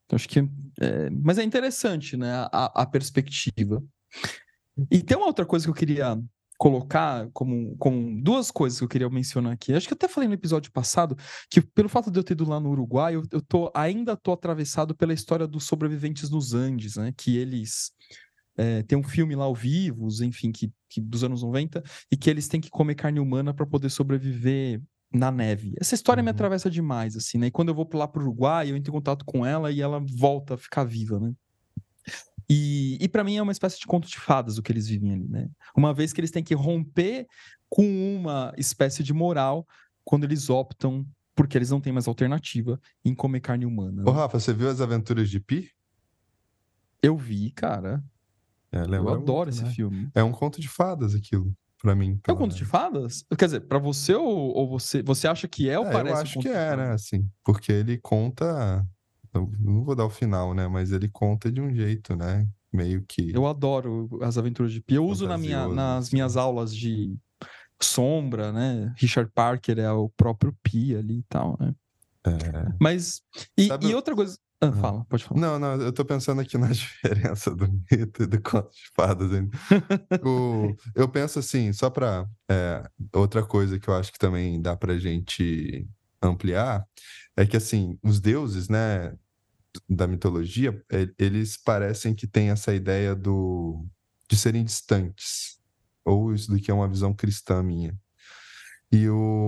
Speaker 3: Então, acho que mas é interessante, né, a perspectiva. E tem uma outra coisa que eu queria colocar como duas coisas que eu queria mencionar aqui. Acho que eu até falei no episódio passado que pelo fato de eu ter ido lá no Uruguai, eu ainda tô atravessado pela história dos sobreviventes nos Andes, né? Que eles tem um filme lá, o Vivos, enfim, que dos anos 90, e que eles têm que comer carne humana para poder sobreviver na neve. Essa história me atravessa demais, assim, né? E quando eu vou lá pro Uruguai, eu entro em contato com ela e ela volta a ficar viva, né? E para mim é uma espécie de conto de fadas o que eles vivem ali, né? Uma vez que eles têm que romper com uma espécie de moral quando eles optam, porque eles não têm mais alternativa, em comer carne humana.
Speaker 1: Ô,
Speaker 3: Né?
Speaker 1: Rafa, você viu As Aventuras de Pi?
Speaker 3: Eu vi, cara. Eu
Speaker 1: Lembra
Speaker 3: adoro
Speaker 1: muito,
Speaker 3: esse
Speaker 1: né?
Speaker 3: filme.
Speaker 1: É um conto de fadas aquilo, pra mim,
Speaker 3: É um
Speaker 1: pelo
Speaker 3: conto de
Speaker 1: menos.
Speaker 3: fadas? Quer dizer, pra você ou você acha que é ou
Speaker 1: Eu
Speaker 3: parece um
Speaker 1: acho que
Speaker 3: conto de
Speaker 1: é, né?
Speaker 3: fadas?
Speaker 1: Assim, porque ele conta. Eu não vou dar o final, né? Mas ele conta de um jeito, né? Meio que
Speaker 3: Eu adoro As Aventuras de Pi. Eu uso
Speaker 1: fantasioso,
Speaker 3: nas minhas
Speaker 1: assim.
Speaker 3: aulas de sombra, né? Richard Parker é o próprio Pi ali e tal, né?
Speaker 1: É...
Speaker 3: Mas,
Speaker 1: Sabe.
Speaker 3: e outra coisa...
Speaker 1: Ah.
Speaker 3: Fala, pode falar.
Speaker 1: Não, não, eu tô pensando aqui na diferença do mito e do conto de fadas ainda. Eu penso assim, só pra. Outra coisa que eu acho que também dá pra gente ampliar é que, assim, os deuses, né, da mitologia, eles parecem que têm essa ideia de serem distantes. Ou isso do que é uma visão cristã minha. E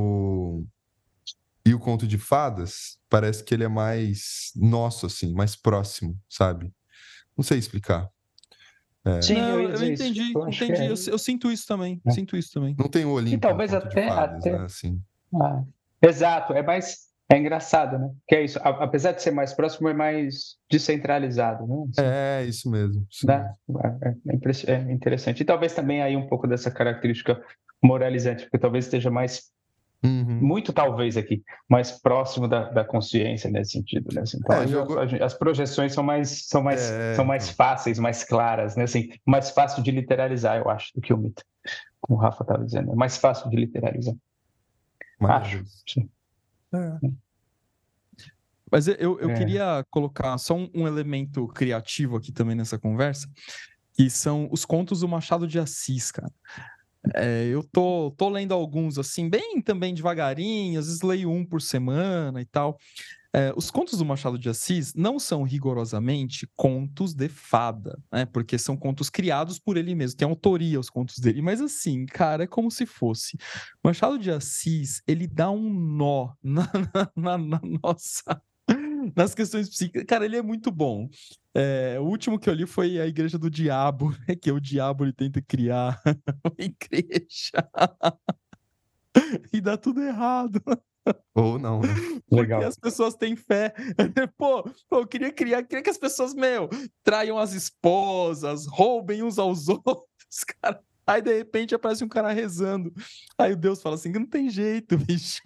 Speaker 1: o conto de fadas parece que ele é mais nosso, assim, mais próximo, sabe? Não sei explicar.
Speaker 2: Sim, eu
Speaker 3: Não,
Speaker 2: ia
Speaker 3: eu
Speaker 2: dizer isso.
Speaker 3: entendi,
Speaker 2: Eu acho que
Speaker 3: entendi.
Speaker 2: é.
Speaker 3: Eu sinto isso também,
Speaker 2: Né?
Speaker 3: sinto isso também.
Speaker 1: Não tem o
Speaker 2: E
Speaker 1: Olimpo no
Speaker 2: talvez
Speaker 1: conto de fadas,
Speaker 2: até
Speaker 1: né? Assim.
Speaker 2: ah, exato, é mais. É engraçado, né? Que é isso. Apesar de ser mais próximo, é mais descentralizado, né? Assim,
Speaker 1: É, isso mesmo, isso
Speaker 2: né?
Speaker 1: mesmo.
Speaker 2: É interessante. E talvez também aí um pouco dessa característica moralizante, porque talvez esteja mais,
Speaker 1: Uhum.
Speaker 2: muito talvez aqui, mais próximo da consciência nesse sentido, né? Assim, então aí
Speaker 1: Jogou.
Speaker 2: as projeções são mais
Speaker 1: Então,
Speaker 2: fáceis, mais claras, né? Assim, mais fácil de literalizar, eu acho, do que o mito, como o Rafa estava dizendo. É mais fácil de literalizar.
Speaker 1: maneiro
Speaker 2: Acho.
Speaker 1: isso.
Speaker 2: Sim.
Speaker 1: É.
Speaker 3: Mas eu
Speaker 2: É.
Speaker 3: queria colocar só um elemento criativo aqui também nessa conversa, que são os contos do Machado de Assis, cara. Eu tô lendo alguns, assim, bem também devagarinho, às vezes leio um por semana e tal. Os contos do Machado de Assis não são rigorosamente contos de fada, né? Porque são contos criados por ele mesmo, tem autoria os contos dele, mas assim, cara, é como se fosse. Machado de Assis, ele dá um nó na nossa nas questões psíquicas. Cara, ele é muito bom. O último que eu li foi A Igreja do Diabo, né? Que o diabo ele tenta criar uma igreja e dá tudo errado,
Speaker 1: Ou não, né?
Speaker 3: porque
Speaker 2: Legal.
Speaker 3: as pessoas têm fé. Pô, eu queria que as pessoas, traiam as esposas, roubem uns aos outros, cara. Aí, de repente, aparece um cara rezando. Aí o Deus fala assim: não tem jeito, bicho.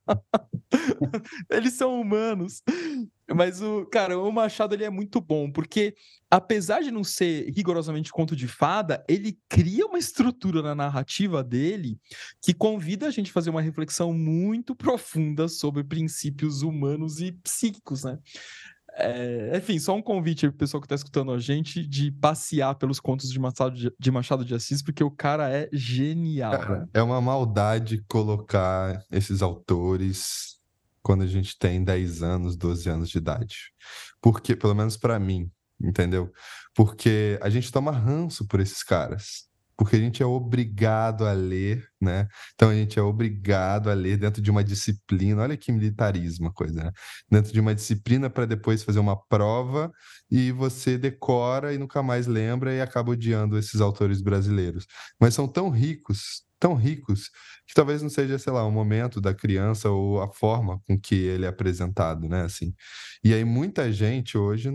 Speaker 3: Eles são humanos. Mas cara, o Machado ele é muito bom, porque apesar de não ser rigorosamente conto de fada, ele cria uma estrutura na narrativa dele que convida a gente a fazer uma reflexão muito profunda sobre princípios humanos e psíquicos, né? Enfim, só um convite aí pro pessoal que está escutando a gente de passear pelos contos de Machado de Assis, porque o cara é genial,
Speaker 1: Cara,
Speaker 3: né?
Speaker 1: é uma maldade colocar esses autores quando a gente tem 10 anos, 12 anos de idade. Porque, pelo menos pra mim, entendeu? Porque a gente toma ranço por esses caras. Porque a gente é obrigado a ler, né? Então a gente é obrigado a ler dentro de uma disciplina. Olha que militarismo a coisa, né? Dentro de uma disciplina para depois fazer uma prova e você decora e nunca mais lembra e acaba odiando esses autores brasileiros. Mas são tão ricos, que talvez não seja, sei lá, o momento da criança ou a forma com que ele é apresentado, né? Assim. E aí muita gente hoje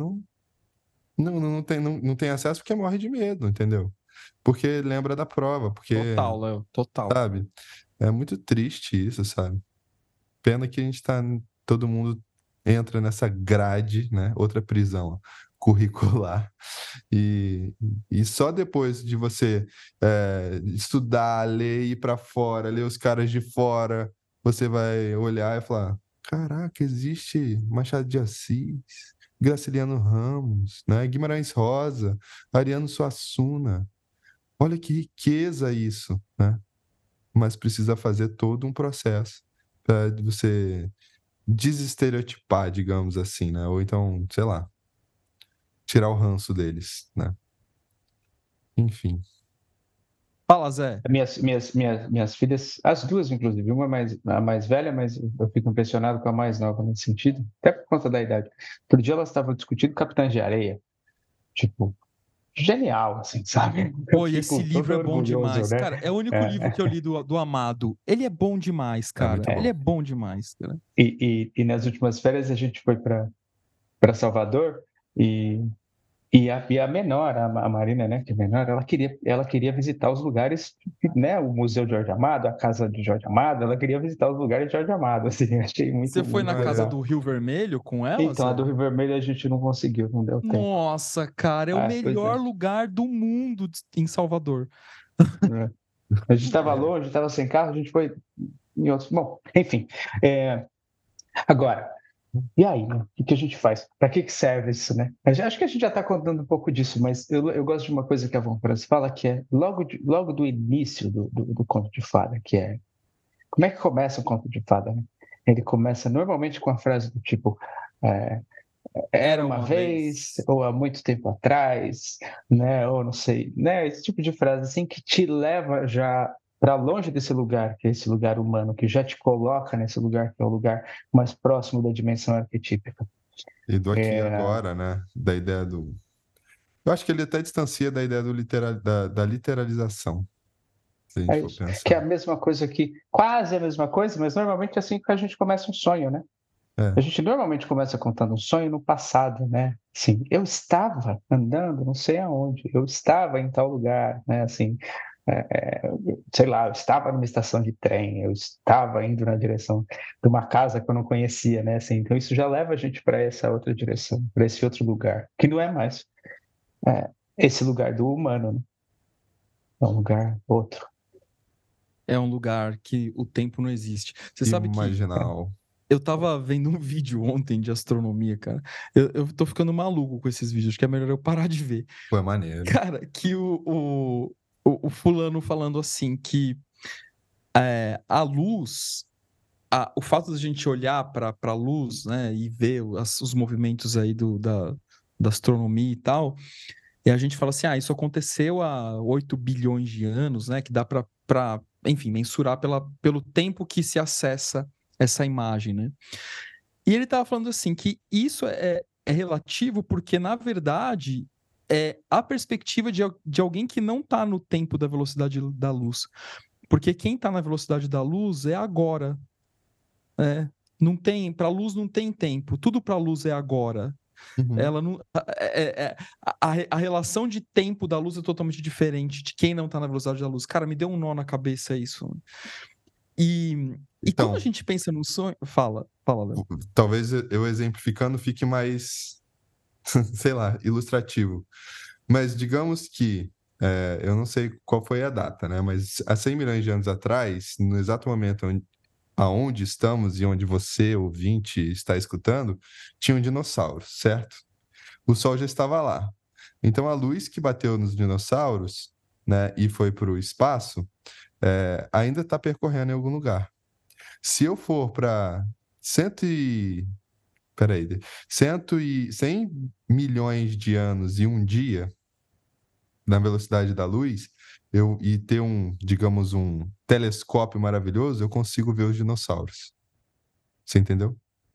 Speaker 1: não tem acesso porque morre de medo, entendeu? Porque lembra da prova, porque,
Speaker 3: Total, Léo, total.
Speaker 1: sabe? É muito triste isso, sabe? Pena que a gente tá. Todo mundo entra nessa grade, né? Outra prisão curricular. E, e só depois de você estudar, ler, ir para fora, ler os caras de fora, você vai olhar e falar: caraca, existe Machado de Assis. Graciliano Ramos, né? Guimarães Rosa, Ariano Suassuna. Olha que riqueza isso, né? Mas precisa fazer todo um processo para você desestereotipar, digamos assim, né? Ou então, sei lá, tirar o ranço deles, né? Enfim.
Speaker 3: Fala, Zé.
Speaker 2: Minhas filhas, as duas, inclusive, uma a mais velha, mas eu fico impressionado com a mais nova nesse sentido, até por conta da idade. Outro dia elas estavam discutindo Capitães de Areia. Tipo, genial, assim, sabe? Eu
Speaker 3: Pô, e esse
Speaker 2: fico todo
Speaker 3: livro é bom
Speaker 2: orgulhoso,
Speaker 3: demais.
Speaker 2: né?
Speaker 3: Cara, é o único livro
Speaker 2: É,
Speaker 3: que eu li do Amado. Ele é bom demais,
Speaker 1: É
Speaker 3: cara.
Speaker 1: muito
Speaker 3: Ele
Speaker 1: bom.
Speaker 3: é bom demais, cara.
Speaker 2: e nas últimas férias a gente foi para Salvador e e a menor, a Marina, né, que é menor, ela queria visitar os lugares, né, o Museu de Jorge Amado, a casa de Jorge Amado, ela queria visitar os lugares de Jorge Amado, assim, achei
Speaker 3: Você
Speaker 2: muito,
Speaker 3: foi
Speaker 2: muito
Speaker 3: na casa
Speaker 2: legal.
Speaker 3: do Rio Vermelho com ela,
Speaker 2: Então, a
Speaker 3: Zé?
Speaker 2: do Rio Vermelho a gente não conseguiu, não deu tempo.
Speaker 3: Nossa, cara, é o
Speaker 2: Ah, pois é.
Speaker 3: melhor lugar do mundo em Salvador.
Speaker 2: É. A gente estava
Speaker 1: É.
Speaker 2: longe, estava sem carro, a gente foi em outros. Bom, enfim. É, agora, e aí, né? O que a gente faz? Para que serve isso, né? Acho que a gente já está contando um pouco disso, mas eu gosto de uma coisa que a Von Franz fala, que é logo do início do conto de fada, que é como é que começa o conto de fada, né? Ele começa normalmente com a frase do tipo é, era
Speaker 3: Era
Speaker 2: uma
Speaker 3: uma
Speaker 2: vez,
Speaker 3: vez.
Speaker 2: ou há muito tempo atrás, né? Ou não sei, né? Esse tipo de frase assim que te leva já para longe desse lugar, que é esse lugar humano, que já te coloca nesse lugar que é o lugar mais próximo da dimensão arquetípica.
Speaker 1: E do aqui e
Speaker 2: É,
Speaker 1: agora, né? Da ideia do. Eu acho que ele até distancia da ideia da literalização, se a gente
Speaker 2: é
Speaker 1: for
Speaker 2: isso. Que é a
Speaker 1: pensar.
Speaker 2: mesma coisa que, quase a mesma coisa, mas normalmente é assim que a gente começa um sonho, né? A
Speaker 1: É.
Speaker 2: gente normalmente começa contando um sonho no passado, né? Assim, eu estava andando, não sei aonde, eu estava em tal lugar, né? Assim, sei lá, eu estava numa estação de trem, eu estava indo na direção de uma casa que eu não conhecia, né? Assim, então isso já leva a gente para essa outra direção, para esse outro lugar, que não é mais esse lugar do humano, né? É um lugar outro.
Speaker 3: É um lugar que o tempo não existe. Você sabe que
Speaker 1: Imaginal.
Speaker 3: eu tava vendo um vídeo ontem de astronomia, cara. Eu tô ficando maluco com esses vídeos, acho que é melhor eu parar de ver.
Speaker 1: Pô, é maneiro.
Speaker 3: Cara, que o fulano falando assim que a luz, o fato de a gente olhar para a luz, né, e ver os movimentos aí da astronomia e tal, e a gente fala assim, isso aconteceu há 8 bilhões de anos, né, que dá para, enfim, mensurar pelo tempo que se acessa essa imagem, né? E ele estava falando assim que isso é relativo porque, na verdade, é a perspectiva de alguém que não está no tempo da velocidade da luz. Porque quem está na velocidade da luz é agora. Não tem, para a luz não tem tempo. Tudo para a luz é agora.
Speaker 1: Uhum.
Speaker 3: Ela não, a relação de tempo da luz é totalmente diferente de quem não está na velocidade da luz. Cara, me deu um nó na cabeça isso. E quando a
Speaker 1: Então,
Speaker 3: gente pensa no sonho. Fala, Léo.
Speaker 1: talvez eu exemplificando fique mais, sei lá, ilustrativo. Mas digamos que, eu não sei qual foi a data, né? Mas há 100 milhões de anos atrás, no exato momento aonde estamos e onde você, ouvinte, está escutando, tinha um dinossauro, certo? O Sol já estava lá. Então a luz que bateu nos dinossauros, né, e foi para o espaço, ainda está percorrendo em algum lugar. Se eu for para cento e... Peraí, 100 milhões de anos e um dia na velocidade da luz, e ter digamos, um telescópio maravilhoso, eu consigo ver os dinossauros. Você entendeu?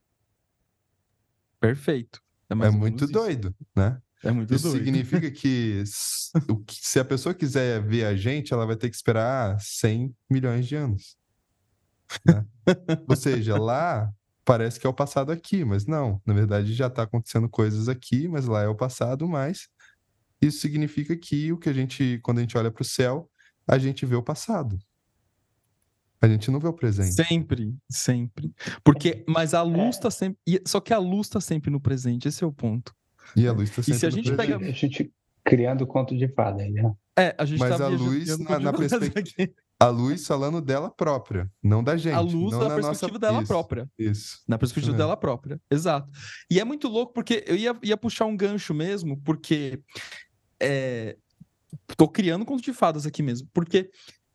Speaker 3: Perfeito. É
Speaker 1: É
Speaker 3: mais ou
Speaker 1: muito
Speaker 3: menos isso.
Speaker 1: doido, né?
Speaker 3: É muito
Speaker 1: Isso
Speaker 3: doido.
Speaker 1: significa que se a pessoa quiser ver a gente, ela vai ter que esperar 100 milhões de anos, né? Ou seja, lá parece que é o passado aqui, mas não. Na verdade, já está acontecendo coisas aqui, mas lá é o passado, mas isso significa que quando a gente olha para o céu, a gente vê o passado. A gente não vê o presente.
Speaker 3: Sempre, sempre. Mas a luz está sempre. Só que a luz está sempre no presente, esse é o ponto.
Speaker 1: E a luz está
Speaker 3: E se
Speaker 1: sempre
Speaker 3: a
Speaker 1: no
Speaker 3: gente pega.
Speaker 2: A
Speaker 1: presente.
Speaker 2: gente criando conto de fada aí, né?
Speaker 3: A gente está
Speaker 1: Mas a luz,
Speaker 3: viajando com
Speaker 1: na
Speaker 3: aqui.
Speaker 1: A luz falando dela própria, não da gente.
Speaker 3: A luz
Speaker 1: não
Speaker 3: da
Speaker 1: na
Speaker 3: perspectiva
Speaker 1: nossa...
Speaker 3: dela
Speaker 1: Isso,
Speaker 3: própria.
Speaker 1: isso.
Speaker 3: Na perspectiva
Speaker 1: mesmo.
Speaker 3: dela própria, exato. E é muito louco, porque eu ia puxar um gancho mesmo, porque tô criando conto de fadas aqui mesmo, porque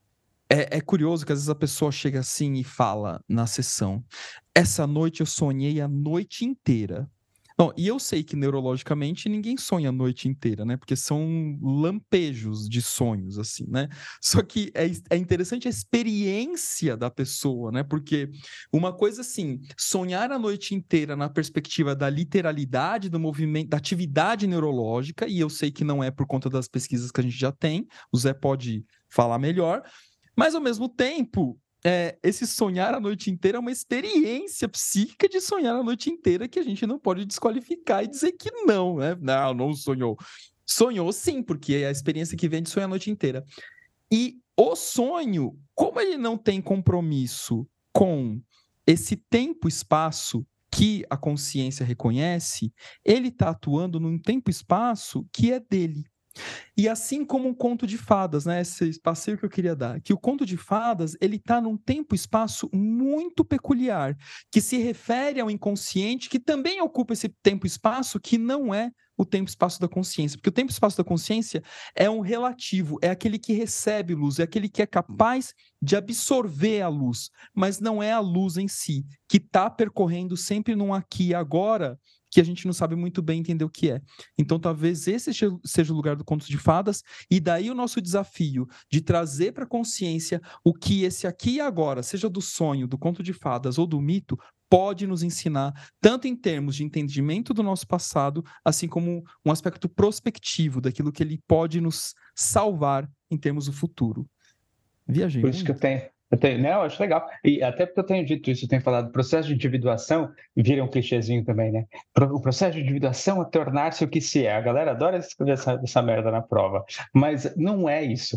Speaker 3: é curioso que às vezes a pessoa chega assim e fala na sessão: essa noite eu sonhei a noite inteira. Bom, e eu sei que neurologicamente ninguém sonha a noite inteira, né? Porque são lampejos de sonhos, assim, né? Só que é interessante a experiência da pessoa, né? Porque uma coisa assim, sonhar a noite inteira na perspectiva da literalidade do movimento, da atividade neurológica, e eu sei que não é por conta das pesquisas que a gente já tem, o Zé pode falar melhor, mas ao mesmo tempo esse sonhar a noite inteira é uma experiência psíquica de sonhar a noite inteira que a gente não pode desqualificar e dizer que não, né? Não sonhou. Sonhou sim, porque é a experiência que vem de sonhar a noite inteira. E o sonho, como ele não tem compromisso com esse tempo e espaço que a consciência reconhece, ele está atuando num tempo e espaço que é dele. E assim como um conto de fadas, né? Esse passeio que eu queria dar, que o conto de fadas, ele está num tempo e espaço muito peculiar, que se refere ao inconsciente, que também ocupa esse tempo e espaço que não é o tempo e espaço da consciência, porque o tempo e espaço da consciência é um relativo, é aquele que recebe luz, é aquele que é capaz de absorver a luz, mas não é a luz em si, que está percorrendo sempre num aqui e agora, que a gente não sabe muito bem entender o que é. Então, talvez esse seja o lugar do conto de fadas, e daí o nosso desafio de trazer para a consciência o que esse aqui e agora, seja do sonho, do conto de fadas ou do mito, pode nos ensinar, tanto em termos de entendimento do nosso passado, assim como um aspecto prospectivo daquilo que ele pode nos salvar em termos do futuro. Viajei
Speaker 2: Por isso que
Speaker 3: muito.
Speaker 2: eu tenho, não, eu acho legal. E até porque eu tenho dito isso, eu tenho falado, processo de individuação vira um clichêzinho também, né? O processo de individuação é tornar-se o que se é. A galera adora escrever essa merda na prova, mas não é isso.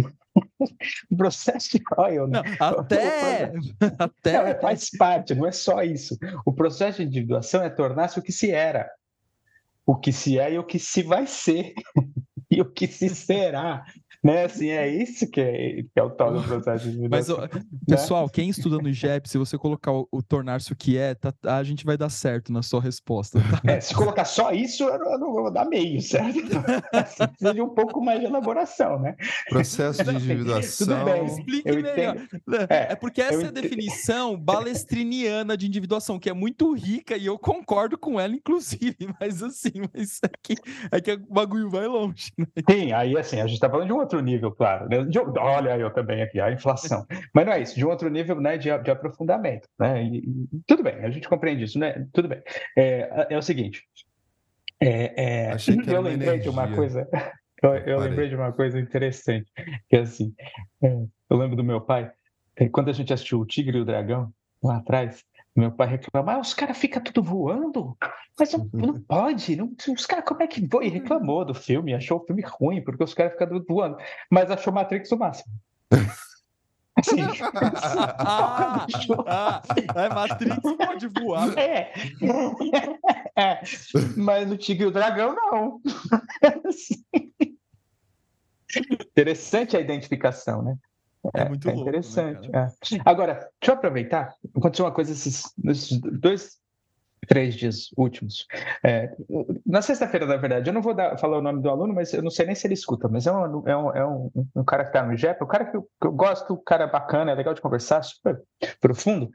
Speaker 2: O processo de oil, né?
Speaker 3: Não, até
Speaker 2: Não, faz parte, não é só isso. O processo de individuação é tornar-se o que se era, o que se é e o que se vai ser, e o que se será. Né? Assim, é isso que é o tal do processo de
Speaker 3: Mas,
Speaker 2: individuação. Né?
Speaker 3: pessoal, quem estuda no IGEP, se você colocar o tornar-se o que é, a gente vai dar certo na sua resposta. Tá?
Speaker 2: Se colocar só isso, eu não vou dar meio, certo? Assim, precisa de um pouco mais de elaboração, né?
Speaker 1: Processo de
Speaker 2: Assim, tudo bem,
Speaker 1: individuação.
Speaker 3: Explique
Speaker 2: eu
Speaker 3: melhor.
Speaker 2: entendo.
Speaker 3: É porque essa é a definição balestriniana de individuação, que é muito rica e eu concordo com ela, inclusive. Mas assim, é que o bagulho vai longe. Né?
Speaker 2: Sim, aí assim, a gente está falando de um outro nível, claro. Né? Olha, eu também aqui, a inflação. Mas não é isso, de um outro nível, né, de aprofundamento. Né? E tudo bem, a gente compreende isso, né? Tudo bem. É o seguinte,
Speaker 1: Achei que era
Speaker 2: eu
Speaker 1: uma
Speaker 2: lembrei de uma
Speaker 1: energia.
Speaker 2: coisa, eu
Speaker 1: Parei.
Speaker 2: lembrei de uma coisa interessante, que é assim, eu lembro do meu pai, quando a gente assistiu O Tigre e o Dragão, lá atrás, meu pai reclamava, os caras ficam tudo voando, mas não pode, não, os caras como é que voam? E reclamou do filme, achou o filme ruim, porque os caras ficam tudo voando, mas achou Matrix o máximo. Assim,
Speaker 3: Matrix pode voar.
Speaker 2: Mas no Tigre e o Dragão, não. Interessante a identificação, né?
Speaker 3: É muito louco,
Speaker 2: interessante.
Speaker 3: né, cara?
Speaker 2: Agora, deixa eu aproveitar. Aconteceu uma coisa nesses 3 dias últimos. Na sexta-feira, na verdade, eu não vou falar o nome do aluno, mas eu não sei nem se ele escuta, mas é um cara que está no IGEP, um cara que eu gosto, um cara bacana, é legal de conversar, super profundo.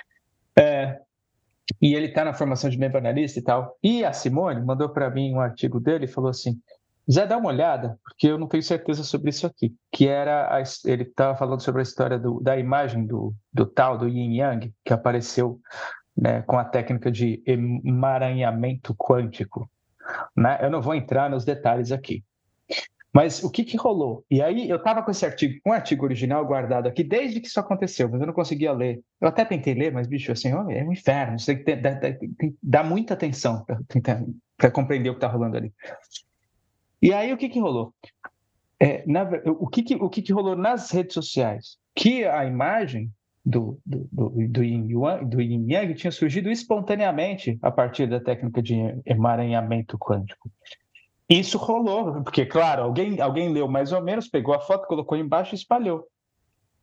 Speaker 2: E ele está na formação de membro analista e tal. E a Simone mandou para mim um artigo dele e falou assim: Zé, dá uma olhada, porque eu não tenho certeza sobre isso aqui. Que era ele estava falando sobre a história da imagem do tal, do Yin Yang, que apareceu, né, com a técnica de emaranhamento quântico. Né? Eu não vou entrar nos detalhes aqui. Mas o que rolou? E aí eu estava com um artigo original guardado aqui desde que isso aconteceu, mas eu não conseguia ler. Eu até tentei ler, mas, bicho, assim, é um inferno. Você tem que dar muita atenção para compreender o que está rolando ali. E aí o que rolou? O que rolou nas redes sociais? Que a imagem do Yin Yang tinha surgido espontaneamente a partir da técnica de emaranhamento quântico. Isso rolou, porque, claro, alguém leu mais ou menos, pegou a foto, colocou embaixo e espalhou.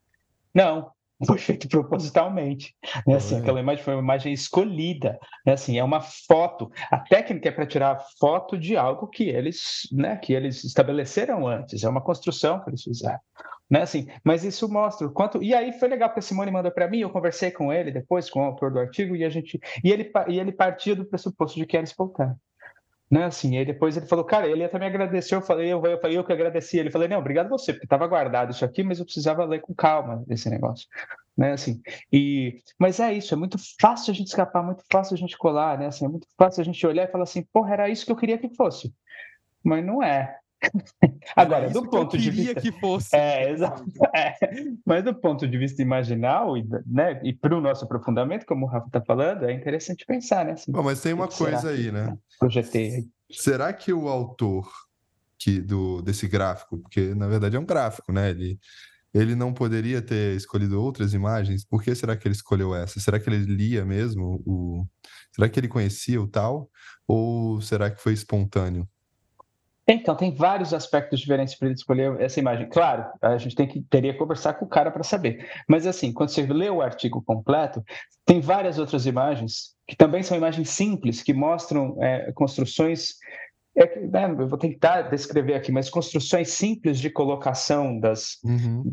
Speaker 2: Não, foi feito propositalmente. Né? Assim,
Speaker 1: Foi.
Speaker 2: aquela imagem foi uma imagem escolhida. Né? Assim, é uma foto. A técnica é para tirar foto de algo que eles estabeleceram antes. É uma construção que eles fizeram. Né? Assim, mas isso mostra o quanto. E aí foi legal, porque a Simone mandou para mim, eu conversei com ele depois, com o autor do artigo, e ele partia do pressuposto de que era espontâneo. Né, assim, aí depois ele falou, cara, ele até me agradeceu, eu que agradeci, ele falou, não, obrigado você, porque estava guardado isso aqui, mas eu precisava ler com calma esse negócio, né, assim, mas é isso, é muito fácil a gente escapar, muito fácil a gente colar, né, assim, é muito fácil a gente olhar e falar assim, porra, era isso que eu queria que fosse, mas não é.
Speaker 3: Era
Speaker 2: Agora,
Speaker 3: isso
Speaker 2: do
Speaker 3: que eu
Speaker 2: ponto de
Speaker 3: queria
Speaker 2: vista
Speaker 3: que fosse.
Speaker 2: exato. Mas do ponto de vista imaginal, né, e para o nosso aprofundamento, como o Rafa está falando, é interessante pensar, né? Assim,
Speaker 1: Bom, mas tem
Speaker 2: o
Speaker 1: uma
Speaker 2: que será
Speaker 1: coisa
Speaker 2: que
Speaker 1: aí, né?
Speaker 2: projetei aí?
Speaker 1: Será que o autor desse gráfico, porque na verdade é um gráfico, né? Ele não poderia ter escolhido outras imagens? Por que será que ele escolheu essa? Será que ele lia mesmo Será que ele conhecia o tal? Ou será que foi espontâneo?
Speaker 2: Então, tem vários aspectos diferentes para ele escolher essa imagem. Claro, a gente teria que conversar com o cara para saber. Mas, assim, quando você lê o artigo completo, tem várias outras imagens, que também são imagens simples, que mostram construções. Né, eu vou tentar descrever aqui, mas construções simples de colocação
Speaker 1: Uhum.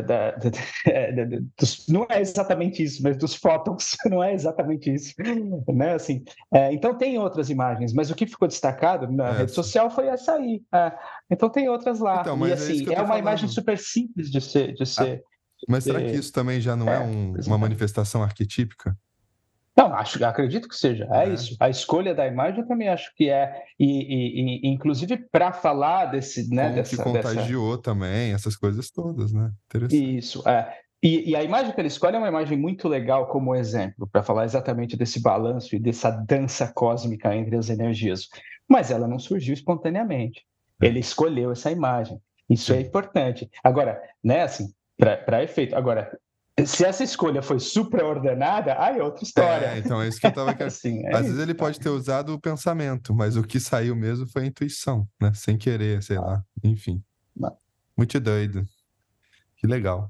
Speaker 2: não é exatamente isso, mas dos fótons, não é exatamente isso, né? Assim, então tem outras imagens, mas o que ficou destacado na rede
Speaker 1: Essa.
Speaker 2: social foi essa aí. Então tem outras lá
Speaker 1: Então,
Speaker 2: e
Speaker 1: mas é isso
Speaker 2: assim
Speaker 1: que eu
Speaker 2: é
Speaker 1: tô
Speaker 2: uma imagem
Speaker 1: falando.
Speaker 2: super simples
Speaker 1: Ah, mas será que
Speaker 2: ser
Speaker 1: isso também já não é uma
Speaker 2: apresentada.
Speaker 1: manifestação arquetípica?
Speaker 2: Não, acredito que seja, é
Speaker 1: Né?
Speaker 2: isso. A escolha da imagem eu também acho que é, inclusive para falar né,
Speaker 1: Como que contagiou também, essas coisas todas, né? Interessante.
Speaker 2: isso, é. E a imagem que ele escolhe é uma imagem muito legal como exemplo, para falar exatamente desse balanço e dessa dança cósmica entre as energias. Mas ela não surgiu espontaneamente.
Speaker 1: É,
Speaker 2: Ele escolheu essa imagem. Isso é
Speaker 1: sim.
Speaker 2: importante. Agora, né, assim, para efeito. Agora, se essa escolha foi supraordenada, aí é outra história.
Speaker 1: Então é isso que eu tava querendo.
Speaker 2: Assim, é
Speaker 1: Às vezes
Speaker 2: isso.
Speaker 1: ele pode ter usado o pensamento, mas o que saiu mesmo foi a intuição, né? Sem querer, sei lá. Enfim, muito doido. Que legal.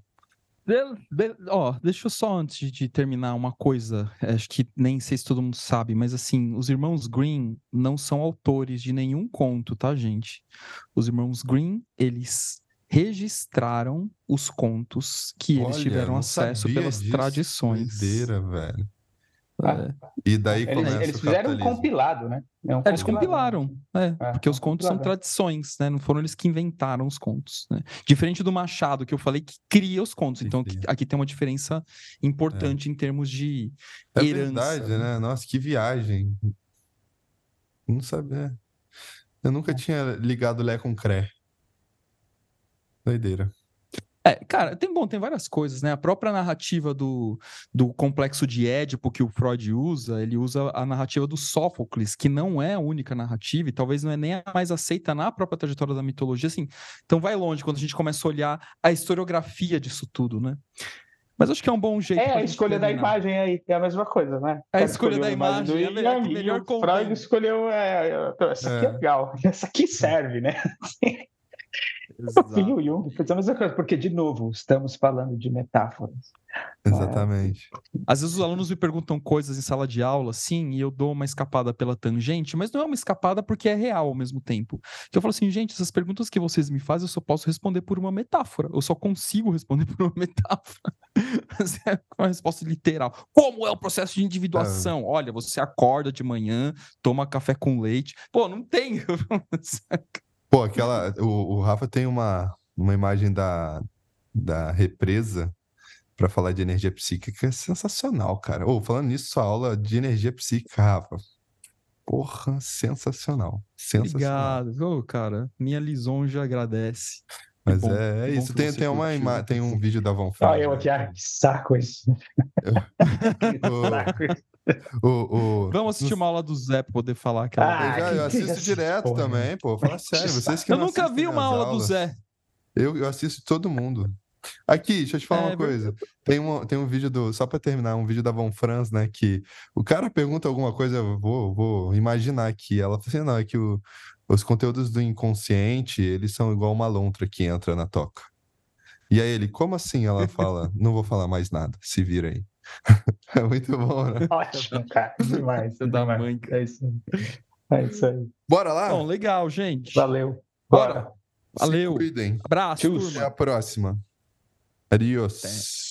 Speaker 3: Deixa eu só antes de terminar uma coisa, acho que nem sei se todo mundo sabe, mas assim, os irmãos Green não são autores de nenhum conto, tá, gente? Os irmãos Green, eles registraram os contos que eles
Speaker 1: Olha,
Speaker 3: tiveram
Speaker 1: não
Speaker 3: acesso
Speaker 1: sabia
Speaker 3: pelas
Speaker 1: disso. Que
Speaker 3: tradições.
Speaker 1: doideira, velho.
Speaker 2: Ah,
Speaker 1: E daí começa
Speaker 2: eles
Speaker 1: o
Speaker 2: fizeram um
Speaker 1: capitalismo.
Speaker 2: compilado, né? É um
Speaker 3: Eles
Speaker 2: compilado.
Speaker 3: compilaram, porque
Speaker 2: É
Speaker 3: os
Speaker 2: um
Speaker 3: contos são
Speaker 2: compilado.
Speaker 3: tradições, né? Não foram eles que inventaram os contos, né? Diferente do Machado, que eu falei que cria os contos. Então aqui tem uma diferença
Speaker 1: É.
Speaker 3: importante em termos de
Speaker 1: É
Speaker 3: herança,
Speaker 1: verdade,
Speaker 3: né?
Speaker 1: né? Nossa, que viagem. Não sabia. Eu nunca tinha ligado Lé com Cré. Doideira.
Speaker 3: Cara, tem várias coisas, né? A própria narrativa do complexo de Édipo que o Freud usa, ele usa a narrativa do Sófocles, que não é a única narrativa e talvez não é nem a mais aceita na própria trajetória da mitologia, assim. Então vai longe quando a gente começa a olhar a historiografia disso tudo, né? Mas acho que é um bom jeito para
Speaker 2: A
Speaker 3: a gente
Speaker 2: escolha da
Speaker 3: terminar.
Speaker 2: imagem aí é a mesma coisa, né? O
Speaker 3: A
Speaker 2: cara
Speaker 3: escolha
Speaker 2: escolheu
Speaker 3: da
Speaker 2: a imagem do
Speaker 3: imagem é a que
Speaker 2: Yang e
Speaker 3: melhor
Speaker 2: o Freud
Speaker 3: convém.
Speaker 2: escolheu essa aqui é
Speaker 1: É,
Speaker 2: legal, essa aqui serve, né? O Fim e
Speaker 3: Exato.
Speaker 2: o Jung fez a mesma coisa, porque, de novo, estamos falando de metáforas.
Speaker 1: exatamente.
Speaker 3: Às vezes os alunos me perguntam coisas em sala de aula, sim, e eu dou uma escapada pela tangente, mas não é uma escapada porque é real ao mesmo tempo. Então eu falo assim, gente, essas perguntas que vocês me fazem, eu só posso responder por uma metáfora. Eu só consigo responder por uma metáfora. Mas é uma resposta literal. Como é o processo de
Speaker 1: Ah,
Speaker 3: individuação? Olha, você acorda de manhã, toma café com leite. Pô, não tem.
Speaker 1: pô, o Rafa tem uma imagem da represa para falar de energia psíquica que é sensacional, cara. Ô, falando nisso, sua aula de energia psíquica, Rafa. Porra, sensacional. Sensacional.
Speaker 3: Obrigado. Ô, cara, minha lisonja agradece.
Speaker 1: Mas
Speaker 3: Que
Speaker 1: é
Speaker 3: bom
Speaker 1: isso.
Speaker 3: que
Speaker 1: Tem,
Speaker 3: você
Speaker 1: tem,
Speaker 3: curtiu.
Speaker 1: tem um vídeo da Von
Speaker 2: Olha
Speaker 1: Franz,
Speaker 2: eu
Speaker 1: né?
Speaker 2: aqui, que saco isso. Que
Speaker 1: O,
Speaker 2: saco isso.
Speaker 3: Vamos
Speaker 1: não
Speaker 3: assistir uma aula do Zé para poder falar aquela vez.
Speaker 1: eu
Speaker 2: Que
Speaker 1: assisto
Speaker 2: assiste,
Speaker 1: direto
Speaker 2: porra.
Speaker 1: também, pô. Fala
Speaker 2: Que
Speaker 1: sério, vocês que
Speaker 2: saco.
Speaker 3: Eu
Speaker 1: não
Speaker 3: nunca
Speaker 1: assistem
Speaker 3: vi uma
Speaker 1: minhas
Speaker 3: aula do
Speaker 1: aulas.
Speaker 3: Zé.
Speaker 1: Eu assisto todo mundo. Aqui, deixa eu te falar uma
Speaker 3: É
Speaker 1: coisa.
Speaker 3: verdade.
Speaker 1: Tem um vídeo só pra terminar, um vídeo da Von Franz, né? Que o cara pergunta alguma coisa, eu vou imaginar aqui. Ela fala assim, não, é que os conteúdos do inconsciente, eles são igual uma lontra que entra na toca. E aí ele, como assim? Ela fala, não vou falar mais nada, se vira aí. É muito bom, né?
Speaker 2: Ótimo, cara. Demais.
Speaker 3: Filho da
Speaker 2: demais.
Speaker 3: mãe, cara.
Speaker 2: É isso aí. É isso aí.
Speaker 1: Bora lá?
Speaker 3: Bom, legal, gente.
Speaker 2: Valeu.
Speaker 1: Bora.
Speaker 2: Bora.
Speaker 1: Se
Speaker 3: Valeu.
Speaker 1: cuidem.
Speaker 3: Abraço,
Speaker 2: Tchau.
Speaker 1: Até a
Speaker 3: turma.
Speaker 1: próxima. Adiós.